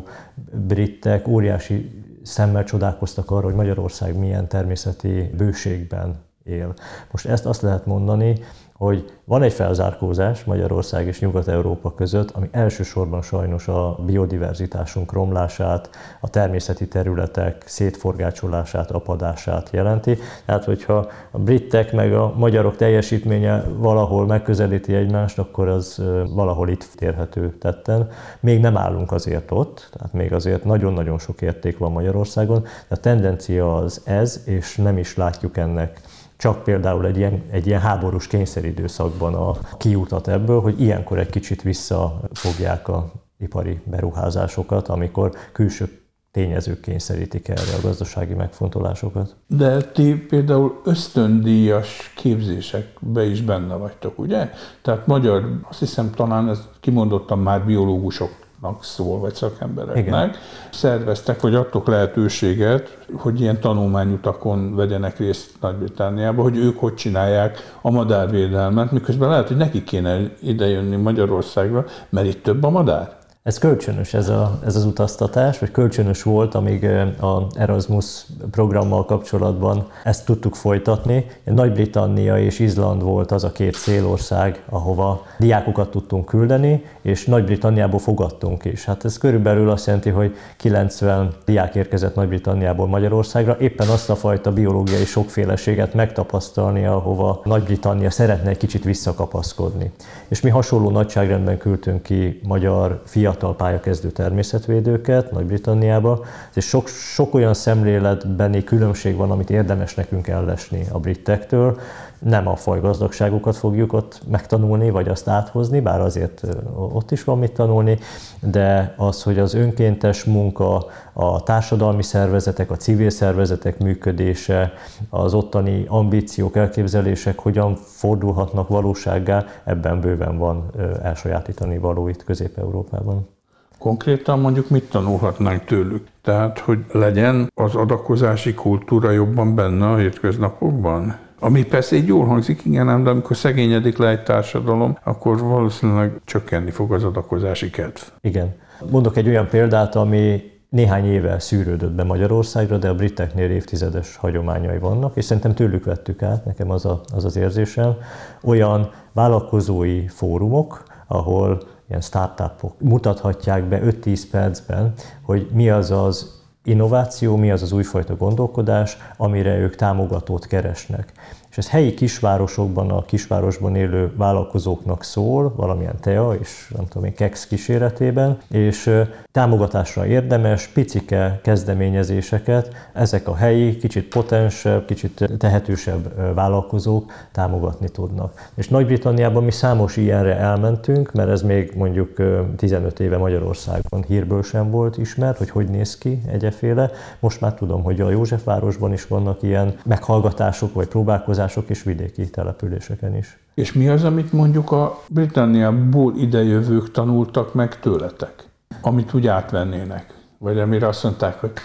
britek óriási szemmel csodálkoztak arra, hogy Magyarország milyen természeti bőségben él. Most ezt azt lehet mondani, hogy van egy felzárkózás Magyarország és Nyugat-Európa között, ami elsősorban sajnos a biodiverzitásunk romlását, a természeti területek szétforgácsolását, apadását jelenti. Tehát, hogyha a britek meg a magyarok teljesítménye valahol megközelíti egymást, akkor az valahol itt térhető tetten. Még nem állunk azért ott, tehát még azért nagyon-nagyon sok érték van Magyarországon, de a tendencia az ez, és nem is látjuk ennek csak például egy ilyen háborús kényszeridőszakban a kiutat ebből, hogy ilyenkor egy kicsit visszafogják az ipari beruházásokat, amikor külső tényezők kényszerítik erre a gazdasági megfontolásokat. De ti például ösztöndíjas képzésekbe is benne vagytok, ugye? Tehát magyar, azt hiszem talán ez kimondottan már biológusok szól, vagy szakembereknek, igen, szerveztek, vagy adtok lehetőséget, hogy ilyen tanulmányutakon vegyenek részt Nagy-Britanniába, hogy ők hogy csinálják a madárvédelmet, miközben lehet, hogy neki kéne idejönni Magyarországra, mert itt több a madár. Ez kölcsönös, ez az utaztatás, vagy kölcsönös volt, amíg az Erasmus programmal kapcsolatban ezt tudtuk folytatni. Nagy-Britannia és Izland volt az a két célország, ahova diákokat tudtunk küldeni, és Nagy-Britanniából fogadtunk is. Hát ez körülbelül azt jelenti, hogy 90 diák érkezett Nagy-Britanniából Magyarországra, éppen azt a fajta biológiai sokféleséget megtapasztalni, ahova Nagy-Britannia szeretne egy kicsit visszakapaszkodni. És mi hasonló nagyságrendben küldtünk ki magyar fiatal pályakezdő természetvédőket Nagy-Britanniába, és sok olyan szemléletbeni különbség van, amit érdemes nekünk ellesni a britektől. Nem a fajgazdagságukat fogjuk ott megtanulni, vagy azt áthozni, bár azért ott is van mit tanulni, de az, hogy az önkéntes munka, a társadalmi szervezetek, a civil szervezetek működése, az ottani ambíciók, elképzelések hogyan fordulhatnak valósággá, ebben bőven van elsajátítani való itt Közép-Európában. Konkrétan mondjuk mit tanulhatnánk tőlük? Tehát, hogy legyen az adakozási kultúra jobban benne a hétköznapokban? Ami persze így jól hangzik, igen, de amikor szegényedik le egy társadalom, akkor valószínűleg csökkenni fog az adakozási kedv. Igen. Mondok egy olyan példát, ami néhány éve szűrődött be Magyarországra, de a briteknél évtizedes hagyományai vannak, és szerintem tőlük vettük át, nekem az érzésem, olyan vállalkozói fórumok, ahol ilyen startupok mutathatják be 5-10 percben, hogy mi az az innováció, mi az az újfajta gondolkodás, amire ők támogatót keresnek. És ez helyi kisvárosokban, a kisvárosban élő vállalkozóknak szól, valamilyen tea és nem tudom én, keksz kíséretében, és támogatásra érdemes, picike kezdeményezéseket ezek a helyi, kicsit potensebb, kicsit tehetősebb vállalkozók támogatni tudnak. És Nagy-Britanniában mi számos ilyenre elmentünk, mert ez még mondjuk 15 éve Magyarországon hírből sem volt ismert, hogy néz ki egyeféle. Most már tudom, hogy a Józsefvárosban is vannak ilyen meghallgatások vagy próbálkozások, és vidéki településeken is. És mi az, amit mondjuk a Britanniából idejövők tanultak meg tőletek? Amit úgy átvennének? Vagy amire azt mondták, hogy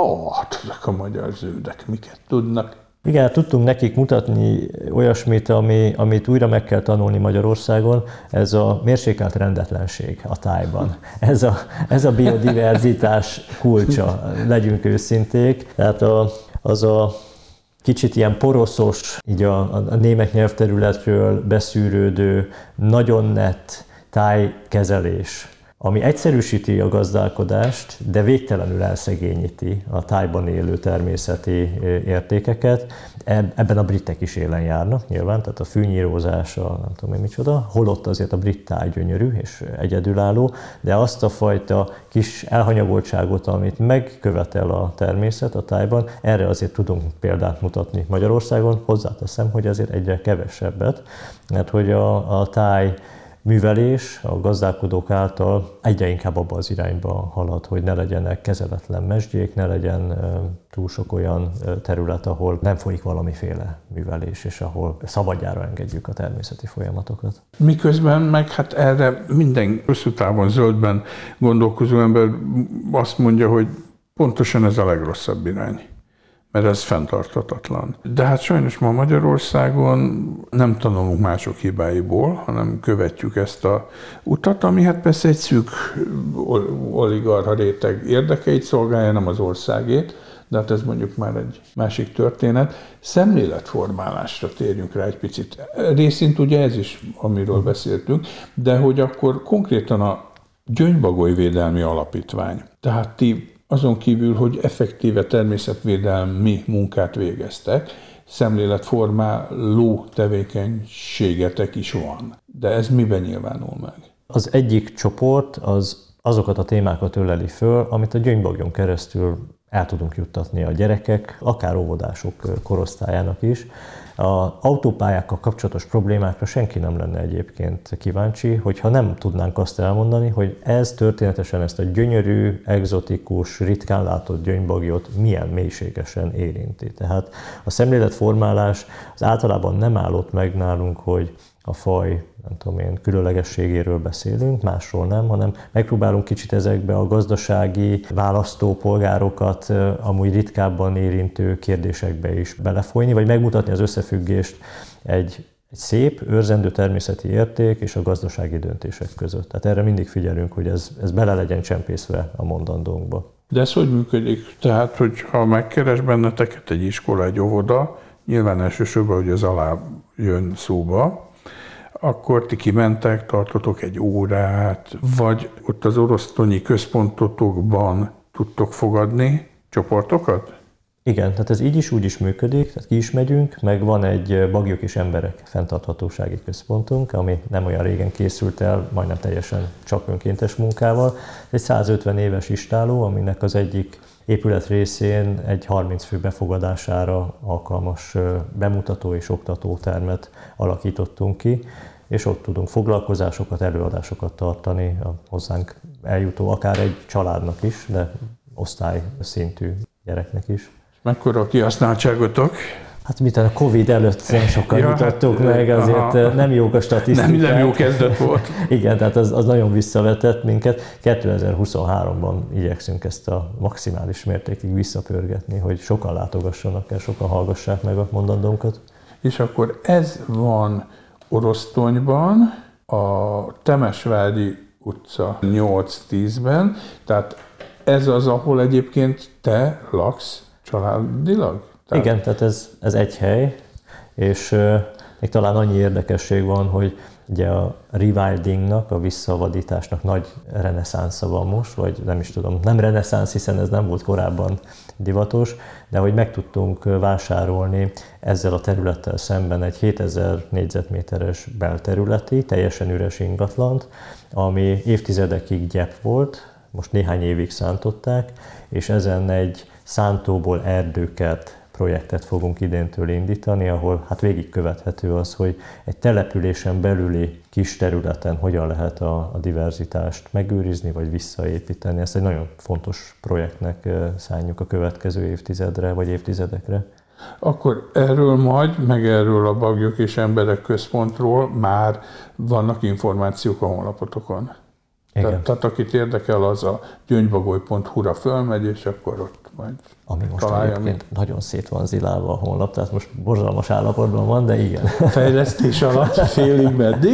hát ezek a magyar zöldek miket tudnak? Igen, tudtunk nekik mutatni olyasmit, amit újra meg kell tanulni Magyarországon, ez a mérsékelt rendetlenség a tájban. Ez a biodiverzitás kulcsa, legyünk őszinték. Tehát az a kicsit ilyen poroszos, így a német nyelvterületről beszűrődő, nagyon nett tájkezelés, ami egyszerűsíti a gazdálkodást, de végtelenül elszegényíti a tájban élő természeti értékeket. Ebben a britek is élen járnak nyilván, tehát a fűnyírózás, nem tudom én micsoda, holott azért a brit táj gyönyörű és egyedülálló, de azt a fajta kis elhanyagoltságot, amit megkövetel a természet a tájban, erre azért tudunk példát mutatni Magyarországon. Hozzáteszem, hogy azért egyre kevesebbet, mert hogy a táj művelés a gazdálkodók által egyre inkább abba az irányba halad, hogy ne legyenek kezeletlen mezsgyék, ne legyen túl sok olyan terület, ahol nem folyik valamiféle művelés, és ahol szabadjára engedjük a természeti folyamatokat. Miközben meg hát erre minden hosszú távon zöldben gondolkozó ember azt mondja, hogy pontosan ez a legrosszabb irány, mert ez fenntarthatatlan. De hát sajnos ma Magyarországon nem tanulunk mások hibáiból, hanem követjük ezt a utat, ami hát persze egy szűk oligarcha réteg érdekeit szolgálja, nem az országét, de hát ez mondjuk már egy másik történet. Szemléletformálásra térjünk rá egy picit. Részint ugye ez is, amiről beszéltünk, de hogy akkor konkrétan a Gyöngybagoly Védelmi Alapítvány, tehát ti azon kívül, hogy effektíve természetvédelmi munkát végeztek, szemléletformáló tevékenységetek is van. De ez miben nyilvánul meg? Az egyik csoport azokat a témákat öleli föl, amit a Gyöngbagyon keresztül el tudunk juttatni a gyerekek, akár óvodások korosztályának is. Az autópályákkal kapcsolatos problémákra senki nem lenne egyébként kíváncsi, hogyha nem tudnánk azt elmondani, hogy ez történetesen ezt a gyönyörű, egzotikus, ritkán látott gyöngybagyot milyen mélységesen érinti. Tehát a szemléletformálás az általában nem állott meg nálunk, hogy a faj, nem tudom én, különlegességéről beszélünk, másról nem, hanem megpróbálunk kicsit ezekbe a gazdasági választópolgárokat amúgy ritkábban érintő kérdésekbe is belefolyni, vagy megmutatni az összefüggést egy szép, őrzendő természeti érték és a gazdasági döntések között. Tehát erre mindig figyelünk, hogy ez bele legyen csempészve a mondandónkba. De ez hogy működik? Tehát, hogyha megkeres benneteket egy iskola, egy óvoda, nyilván elsősorban, hogy ez alá jön szóba, akkor ti kimentek, tartotok egy órát, vagy ott az orosztonyi központotokban tudtok fogadni csoportokat? Igen, tehát ez így is, úgy is működik, tehát ki is megyünk, meg van egy Bagyok és Emberek fenntarthatósági központunk, ami nem olyan régen készült el, majdnem teljesen csak önkéntes munkával. Egy 150 éves istálló, aminek az egyik épület részén egy 30 fő befogadására alkalmas bemutató és oktatótermet alakítottunk ki, és ott tudunk foglalkozásokat, előadásokat tartani a hozzánk eljutó, akár egy családnak is, de osztályszintű gyereknek is. Mekkora a kihasználtságotok? Hát mit a Covid előtt nem sokkal jutottuk meg, azért nem jók a statisztikák. Nem jó kezdet volt. Igen, tehát az nagyon visszavetett minket. 2023-ban igyekszünk ezt a maximális mértékig visszapörgetni, hogy sokan látogassanak el, sokan hallgassák meg a mondandónkat. És akkor ez van Orosztonyban, a Temesvári utca 8-10-ben, tehát ez az, ahol egyébként te laksz családilag? Igen, tehát ez egy hely, és még talán annyi érdekesség van, hogy ugye a rewildingnak, a visszavadításnak nagy reneszánsza van most, vagy nem is tudom, nem reneszánsz, hiszen ez nem volt korábban divatos, de hogy meg tudtunk vásárolni ezzel a területtel szemben egy 7000 négyzetméteres belterületi, teljesen üres ingatlant, ami évtizedekig gyep volt, most néhány évig szántották, és ezen egy szántóból erdőket projektet fogunk idéntől indítani, ahol hát végigkövethető az, hogy egy településen belüli kis területen hogyan lehet a diverzitást megőrizni vagy visszaépíteni. Ezt egy nagyon fontos projektnek szánjuk a következő évtizedre vagy évtizedekre. Akkor erről majd, meg erről a Bagyok és Emberek központról már vannak információk a honlapotokon. Tehát akit érdekel, az a gyöngybagoly.hu-ra fölmegy, és akkor ott majd ami most találja. Egyébként nagyon szét van zilálva a honlap, tehát most borzalmas állapotban van, de igen. Fejlesztés alatt, félig meddig.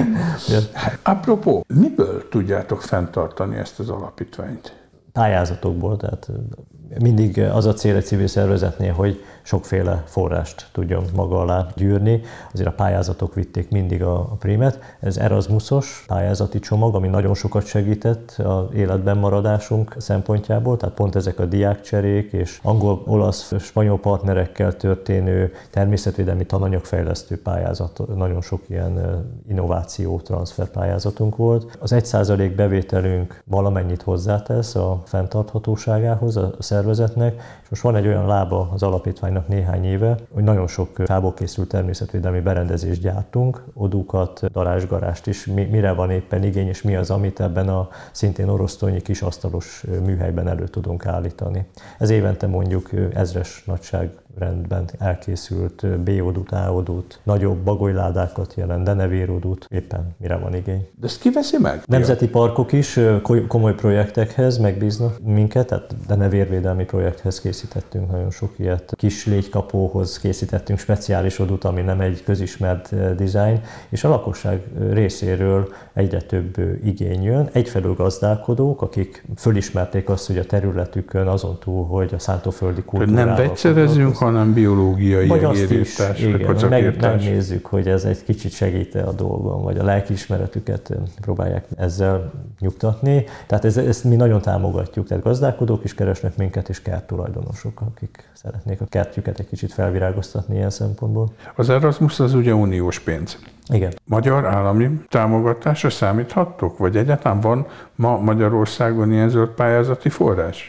Apropó, miből tudjátok fenntartani ezt az alapítványt? Pályázatokból, tehát mindig az a cél egy civil szervezetnél, hogy sokféle forrást tudjon maga alá gyűrni. Azért a pályázatok vitték mindig a prémet. Ez Erasmusos pályázati csomag, ami nagyon sokat segített az életben maradásunk szempontjából, tehát pont ezek a diákcserék és angol, olasz, spanyol partnerekkel történő természetvédelmi tananyagfejlesztő pályázat, nagyon sok ilyen innováció, transfer pályázatunk volt. Az 1% bevételünk valamennyit hozzátesz a fenntarthatóságához a szervezetnek, és most van egy olyan lába az alapítványnak néhány éve, hogy nagyon sok fából készült természetvédelmi berendezést gyártunk, odúkat, darázsgarást is, mire van éppen igény, és mi az, amit ebben a szintén orosztónyi kis asztalos műhelyben elő tudunk állítani. Ez évente mondjuk 1000-es nagyságrendben elkészült B-odút, A-odút, nagyobb bagolyládákat jelent, denevérodút, éppen mire van igény. De ezt ki veszi meg? Nemzeti parkok is komoly projektekhez megbíznak minket, tehát denevérvédelmi projekthez készítettünk nagyon sok ilyet. Kis légykapóhoz készítettünk speciális odút, ami nem egy közismert dizájn, és a lakosság részéről egyre több igény jön. Egyfelől gazdálkodók, akik fölismerték azt, hogy a területükön azon túl, hogy a szántóföldi kultúrával nem vegyszerezünk, hanem biológiai egérírtás, megnézzük, hogy ez egy kicsit segít a dolgon, vagy a lelkiismeretüket próbálják ezzel nyugtatni. Tehát ezt mi nagyon támogatjuk. Tehát gazdálkodók is keresnek minket, és kerttulajdonosok, akik szeretnék a kertjüket egy kicsit felvirágoztatni ilyen szempontból. Az Erasmus az ugye uniós pénz. Igen. Magyar állami támogatásra számíthattok? Vagy egyáltalán van ma Magyarországon ilyen zöld pályázati forrás?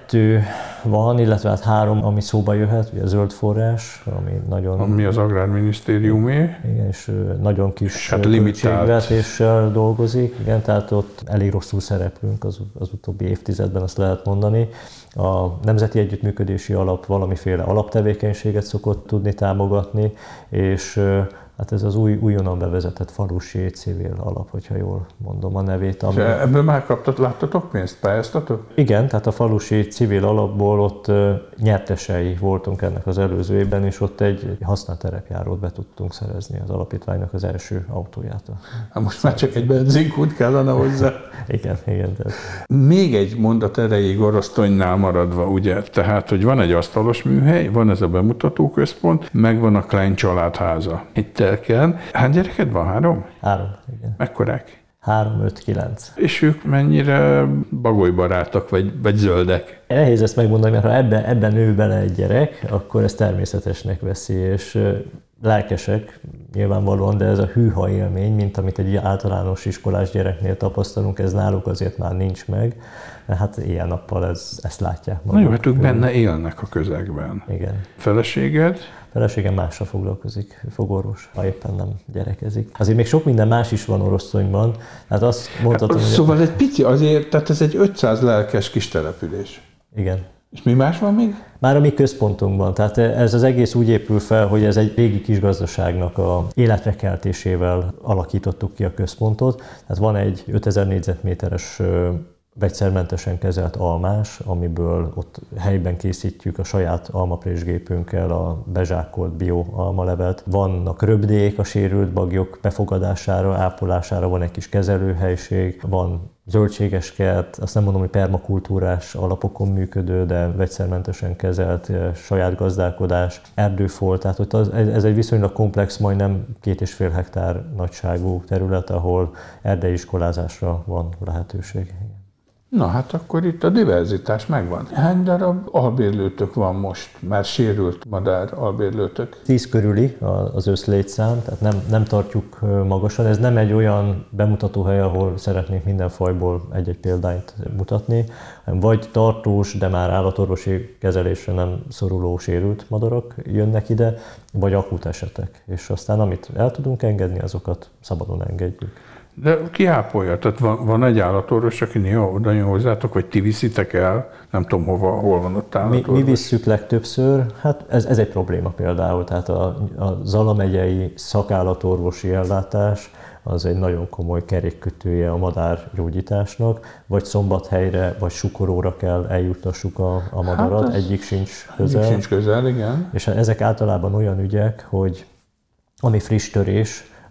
2 van, illetve 3, ami szóba jöhet, ugye a zöld forrás, ami nagyon... Ami az Agrárminisztériumé. Igen, és nagyon kis költségvetéssel dolgozik. Igen, tehát ott elég rosszul szereplünk az utóbbi évtizedben, azt lehet mondani. A Nemzeti Együttműködési Alap valamiféle alaptevékenységet szokott tudni támogatni, és hát ez az újonnan bevezetett falusi civil alap, hogyha jól mondom a nevét. Ami... Ebből már láttatok pénzt, pályáztatok? Igen, tehát a falusi civil alapból ott nyertesei voltunk ennek az előző évben, és ott egy használt terepjárót be tudtunk szerezni az alapítványnak az első autóját. Most már csak egy benzinkút kellene hozzá. Igen. Tehát. Még egy mondat erejéig Orosztonynál maradva, ugye, tehát, hogy van egy asztalos műhely, van ez a bemutatóközpont, meg van a Klein családháza. Itt kell. Hány gyereked van? 3? 3, igen. Mekkorák? 3, 5, 9. És ők mennyire bagolybarátok, vagy zöldek? Nehéz ezt megmondani, mert ha ebben nő bele egy gyerek, akkor ezt természetesnek veszi, és lelkesek nyilvánvalóan, de ez a hűha élmény, mint amit egy általános iskolás gyereknél tapasztalunk, ez náluk azért már nincs meg, mert hát ilyen-nappal ezt látják maguk. Na jó, hát ők benne élnek a közegben. Igen. Feleséged? Feleségem mással foglalkozik, fogorvos, ha éppen nem gyerekezik. Azért még sok minden más is van Orosztonyban. Hát azt mondhatom, hogy... Szóval egy pici azért, tehát ez egy 500 lelkes kis település. Igen. És mi más van még? Már a mi központunkban. Tehát ez az egész úgy épül fel, hogy ez egy régi kisgazdaságnak a életrekeltésével alakítottuk ki a központot. Tehát van egy 5000 négyzetméteres vegyszermentesen kezelt almás, amiből ott helyben készítjük a saját almaprésgépünkkel a bezsákolt bio almalevet. Vannak röbdék a sérült bagyok befogadására, ápolására, van egy kis kezelőhelység, van zöldséges kert, azt nem mondom, hogy permakultúrás alapokon működő, de vegyszermentesen kezelt saját gazdálkodás, erdőfolt, tehát ott ez egy viszonylag komplex, majdnem 2,5 hektár nagyságú terület, ahol erdeiiskolázásra van lehetőség. Na hát akkor itt a diverzitás megvan. Hány darab albérlőtök van most? Már sérült madár albérlőtök? 10 körüli az összlétszám, tehát nem tartjuk magasan. Ez nem egy olyan bemutatóhely, ahol szeretnénk minden fajból egy-egy példányt mutatni, hanem vagy tartós, de már állatorvosi kezelésre nem szoruló sérült madarak jönnek ide, vagy akut esetek. És aztán amit el tudunk engedni, azokat szabadon engedjük. De ki ápolja? Tehát van egy állatorvos, aki néha oda jön hozzátok, vagy ti viszitek el, nem tudom hol van ott állatorvos. Mi visszük legtöbbször, hát ez egy probléma például, tehát a Zala megyei szakállatorvosi ellátás az egy nagyon komoly kerékkötője a madárgyógyításnak, vagy Szombathelyre, vagy Sukoróra kell eljuttassuk a madarat, hát egyik sincs közel. Egyik sincs közel, igen. És ezek általában olyan ügyek, hogy ami friss törés,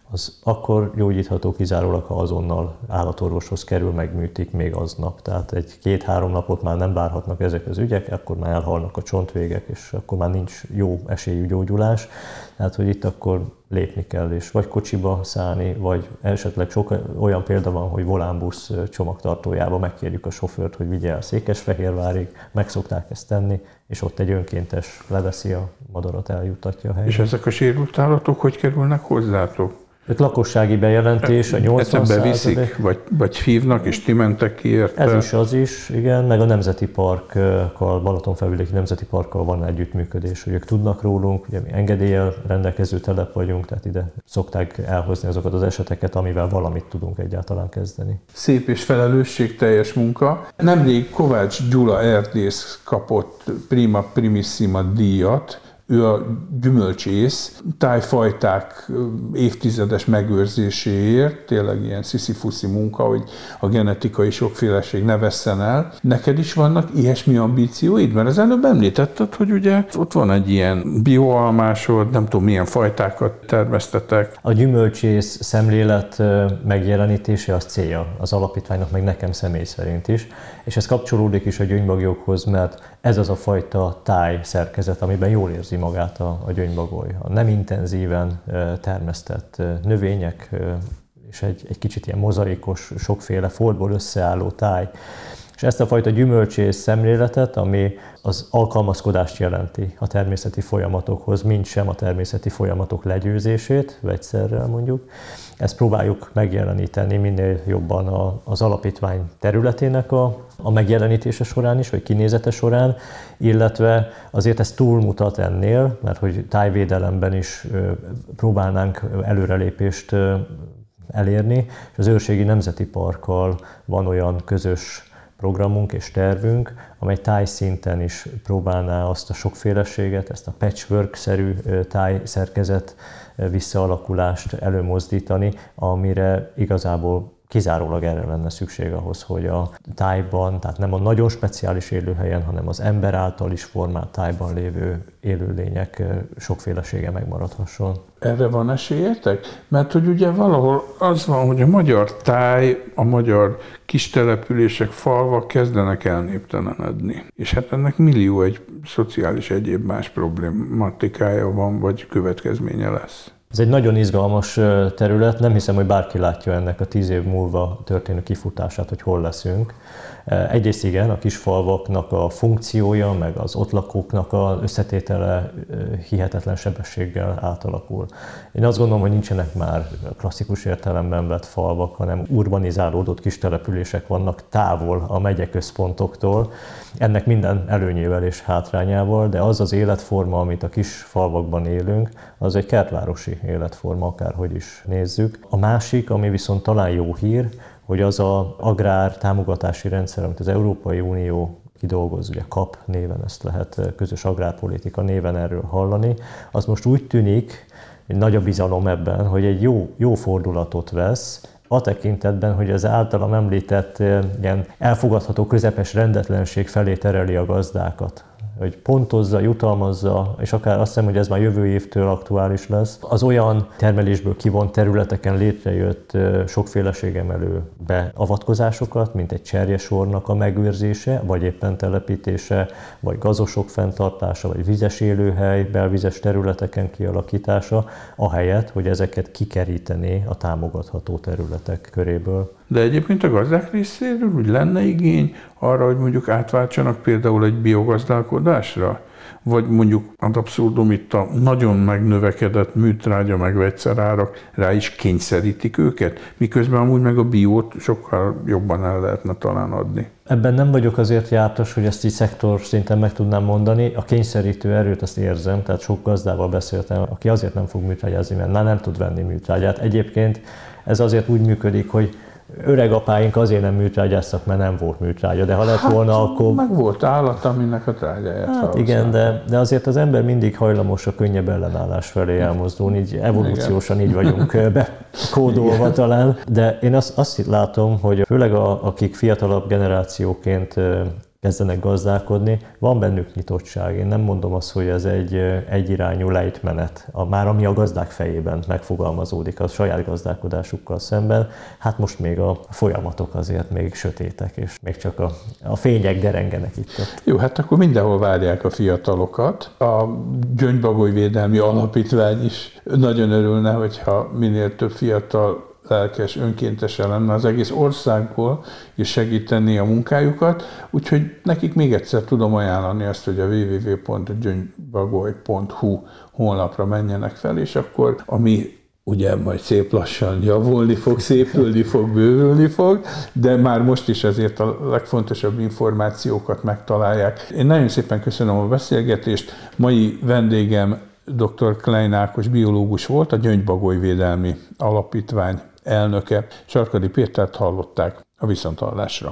az akkor gyógyítható kizárólag, ha azonnal állatorvoshoz kerül, megműtik még aznap. Tehát egy 2-3 napot már nem várhatnak ezek az ügyek, akkor már elhalnak a csontvégek, és akkor már nincs jó esélyű gyógyulás. Tehát, hogy itt akkor lépni kell, és vagy kocsiba szállni, vagy esetleg sok olyan példa van, hogy volánbusz csomagtartójába megkérjük a sofőrt, hogy vigye el Székesfehérvárig, meg szokták ezt tenni, és ott egy önkéntes leveszi a madarat, eljuttatja a helyre. És ezek a sérült állatok hogy kerülnek hozzátok? Egy lakossági bejelentés, a 80%. Beviszik, vagy hívnak, és ti mentek ki érte? Ez is, az is, igen, meg a Nemzeti Parkkal, Balatonfelvidéki Nemzeti Parkkal van együttműködés, hogy ők tudnak rólunk, ugye mi engedéllyel rendelkező telep vagyunk, tehát ide szokták elhozni azokat az eseteket, amivel valamit tudunk egyáltalán kezdeni. Szép és felelősségteljes munka. Nemrég Kovács Gyula erdész kapott Prima Primissima díjat. Ő a gyümölcsész, tájfajták évtizedes megőrzéséért, tényleg ilyen sziszifuszi munka, hogy a genetikai sokféleség ne vesszen el. Neked is vannak ilyesmi ambícióid? Mert az előbb említetted, hogy ugye ott van egy ilyen bioalmásod, nem tudom milyen fajtákat termesztetek. A gyümölcsész szemlélet megjelenítése az célja az alapítványnak, meg nekem személy szerint is. És ez kapcsolódik is a gyöngybagyokhoz, mert ez az a fajta tájszerkezet, amiben jól érzi magát a gyöngybagoly. A nem intenzíven termesztett növények, és egy kicsit ilyen mozaikos, sokféle foltból összeálló táj. És ezt a fajta gyümölcsész szemléletet, ami az alkalmazkodást jelenti a természeti folyamatokhoz, mint sem a természeti folyamatok legyőzését, vegyszerrel mondjuk. Ezt próbáljuk megjeleníteni minél jobban az alapítvány területének a megjelenítése során is, vagy kinézete során, illetve azért ez túlmutat ennél, mert hogy tájvédelemben is próbálnánk előrelépést elérni, és az Őrségi Nemzeti Parkkal van olyan közös programunk és tervünk, amely tájszinten is próbálná azt a sokféleséget, ezt a patchwork-szerű tájszerkezet visszaalakulást előmozdítani, amire igazából kizárólag erre lenne szükség ahhoz, hogy a tájban, tehát nem a nagyon speciális élőhelyen, hanem az ember által is formált tájban lévő élőlények sokfélesége megmaradhasson. Erre van esélyetek? Mert hogy ugye valahol az van, hogy a magyar táj, a magyar kistelepülések, falvak kezdenek elnéptelenedni. És hát ennek millió egy szociális egyéb más problématikája van, vagy következménye lesz. Ez egy nagyon izgalmas terület, nem hiszem, hogy bárki látja ennek a 10 év múlva történő kifutását, hogy hol leszünk. Egyrészt igen, a kisfalvaknak a funkciója, meg az ott lakóknak az összetétele hihetetlen sebességgel átalakul. Én azt gondolom, hogy nincsenek már klasszikus értelemben vett falvak, hanem urbanizálódott kistelepülések vannak távol a megyeközpontoktól. Ennek minden előnyével és hátrányával, de az az életforma, amit a kis falvakban élünk, az egy kertvárosi életforma, akárhogy is nézzük. A másik, ami viszont talán jó hír, hogy az az agrár támogatási rendszer, amit az Európai Unió kidolgoz, ugye KAP néven, ezt lehet közös agrárpolitika néven erről hallani, az most úgy tűnik, hogy nagy a bizalom ebben, hogy egy jó fordulatot vesz, a tekintetben, hogy az általam említett ilyen elfogadható közepes rendetlenség felé tereli a gazdákat. Hogy pontozza, jutalmazza, és akár azt hiszem, hogy ez már jövő évtől aktuális lesz, az olyan termelésből kivont területeken létrejött sokféleségemelő beavatkozásokat, mint egy cserjesornak a megőrzése, vagy éppen telepítése, vagy gazosok fenntartása, vagy vizes élőhely, belvizes területeken kialakítása, ahelyett, hogy ezeket kikerítené a támogatható területek köréből. De egyébként a gazdák részéről úgy lenne igény arra, hogy mondjuk átváltsanak például egy biogazdálkodásra? Vagy mondjuk ad abszurdum itt a nagyon megnövekedett műtrágya meg vegyszerárak, rá is kényszerítik őket, miközben amúgy meg a biót sokkal jobban el lehetne talán adni. Ebben nem vagyok azért jártas, hogy ezt így szektor szinten meg tudnám mondani. A kényszerítő erőt azt érzem, tehát sok gazdával beszéltem, aki azért nem fog műtrágyázni, mert már nem tud venni műtrágyát. Egyébként ez azért úgy működik, hogy öregapáink azért nem műtrágyáztak, mert nem volt műtrágya, de ha lett volna, akkor... Meg volt állat, aminek a trágyáját hát igen, de azért az ember mindig hajlamos a könnyebb ellenállás felé elmozdulni, így evolúciósan így vagyunk bekódolva talán. De én azt látom, hogy főleg akik fiatalabb generációként kezdenek gazdálkodni. Van bennük nyitottság. Én nem mondom azt, hogy ez egy egyirányú lejtmenet, már ami a gazdák fejében megfogalmazódik a saját gazdálkodásukkal szemben. Hát most még a folyamatok azért még sötétek, és még csak a fények derengenek itt. Jó, hát akkor mindenhol várják a fiatalokat. A Gyöngybagoly Védelmi Alapítvány is nagyon örülne, hogyha minél több fiatal lelkes, önkéntesen lenne az egész országból, és segíteni a munkájukat. Úgyhogy nekik még egyszer tudom ajánlani azt, hogy a www.gyöngybagoly.hu honlapra menjenek fel, és akkor ami ugye majd szép lassan javulni fog, szépülni fog, bővülni fog, de már most is azért a legfontosabb információkat megtalálják. Én nagyon szépen köszönöm a beszélgetést. Mai vendégem dr. Klein Ákos biológus volt, a Gyöngybagoly Védelmi Alapítvány elnöke. Sarkadi Pétert hallották. A viszonthallásra.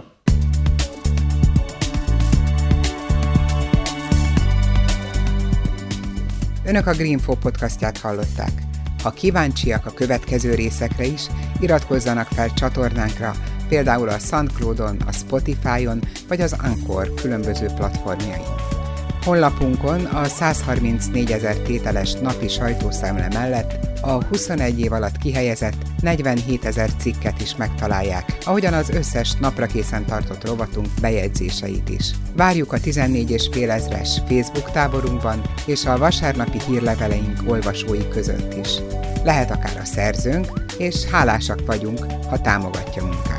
Önök a Greenfo podcastját hallották. Ha kíváncsiak a következő részekre is, iratkozzanak fel csatornánkra, például a SoundCloudon, a Spotify-on vagy az Anchor különböző platformjain. Honlapunkon a 134 000 tételes napi sajtószemle mellett a 21 év alatt kihelyezett 47 000 cikket is megtalálják, ahogyan az összes napra készen tartott rovatunk bejegyzéseit is. Várjuk a 14,5 000-es Facebook táborunkban és a vasárnapi hírleveleink olvasói között is. Lehet akár a szerzőnk, és hálásak vagyunk, ha támogatja munkát.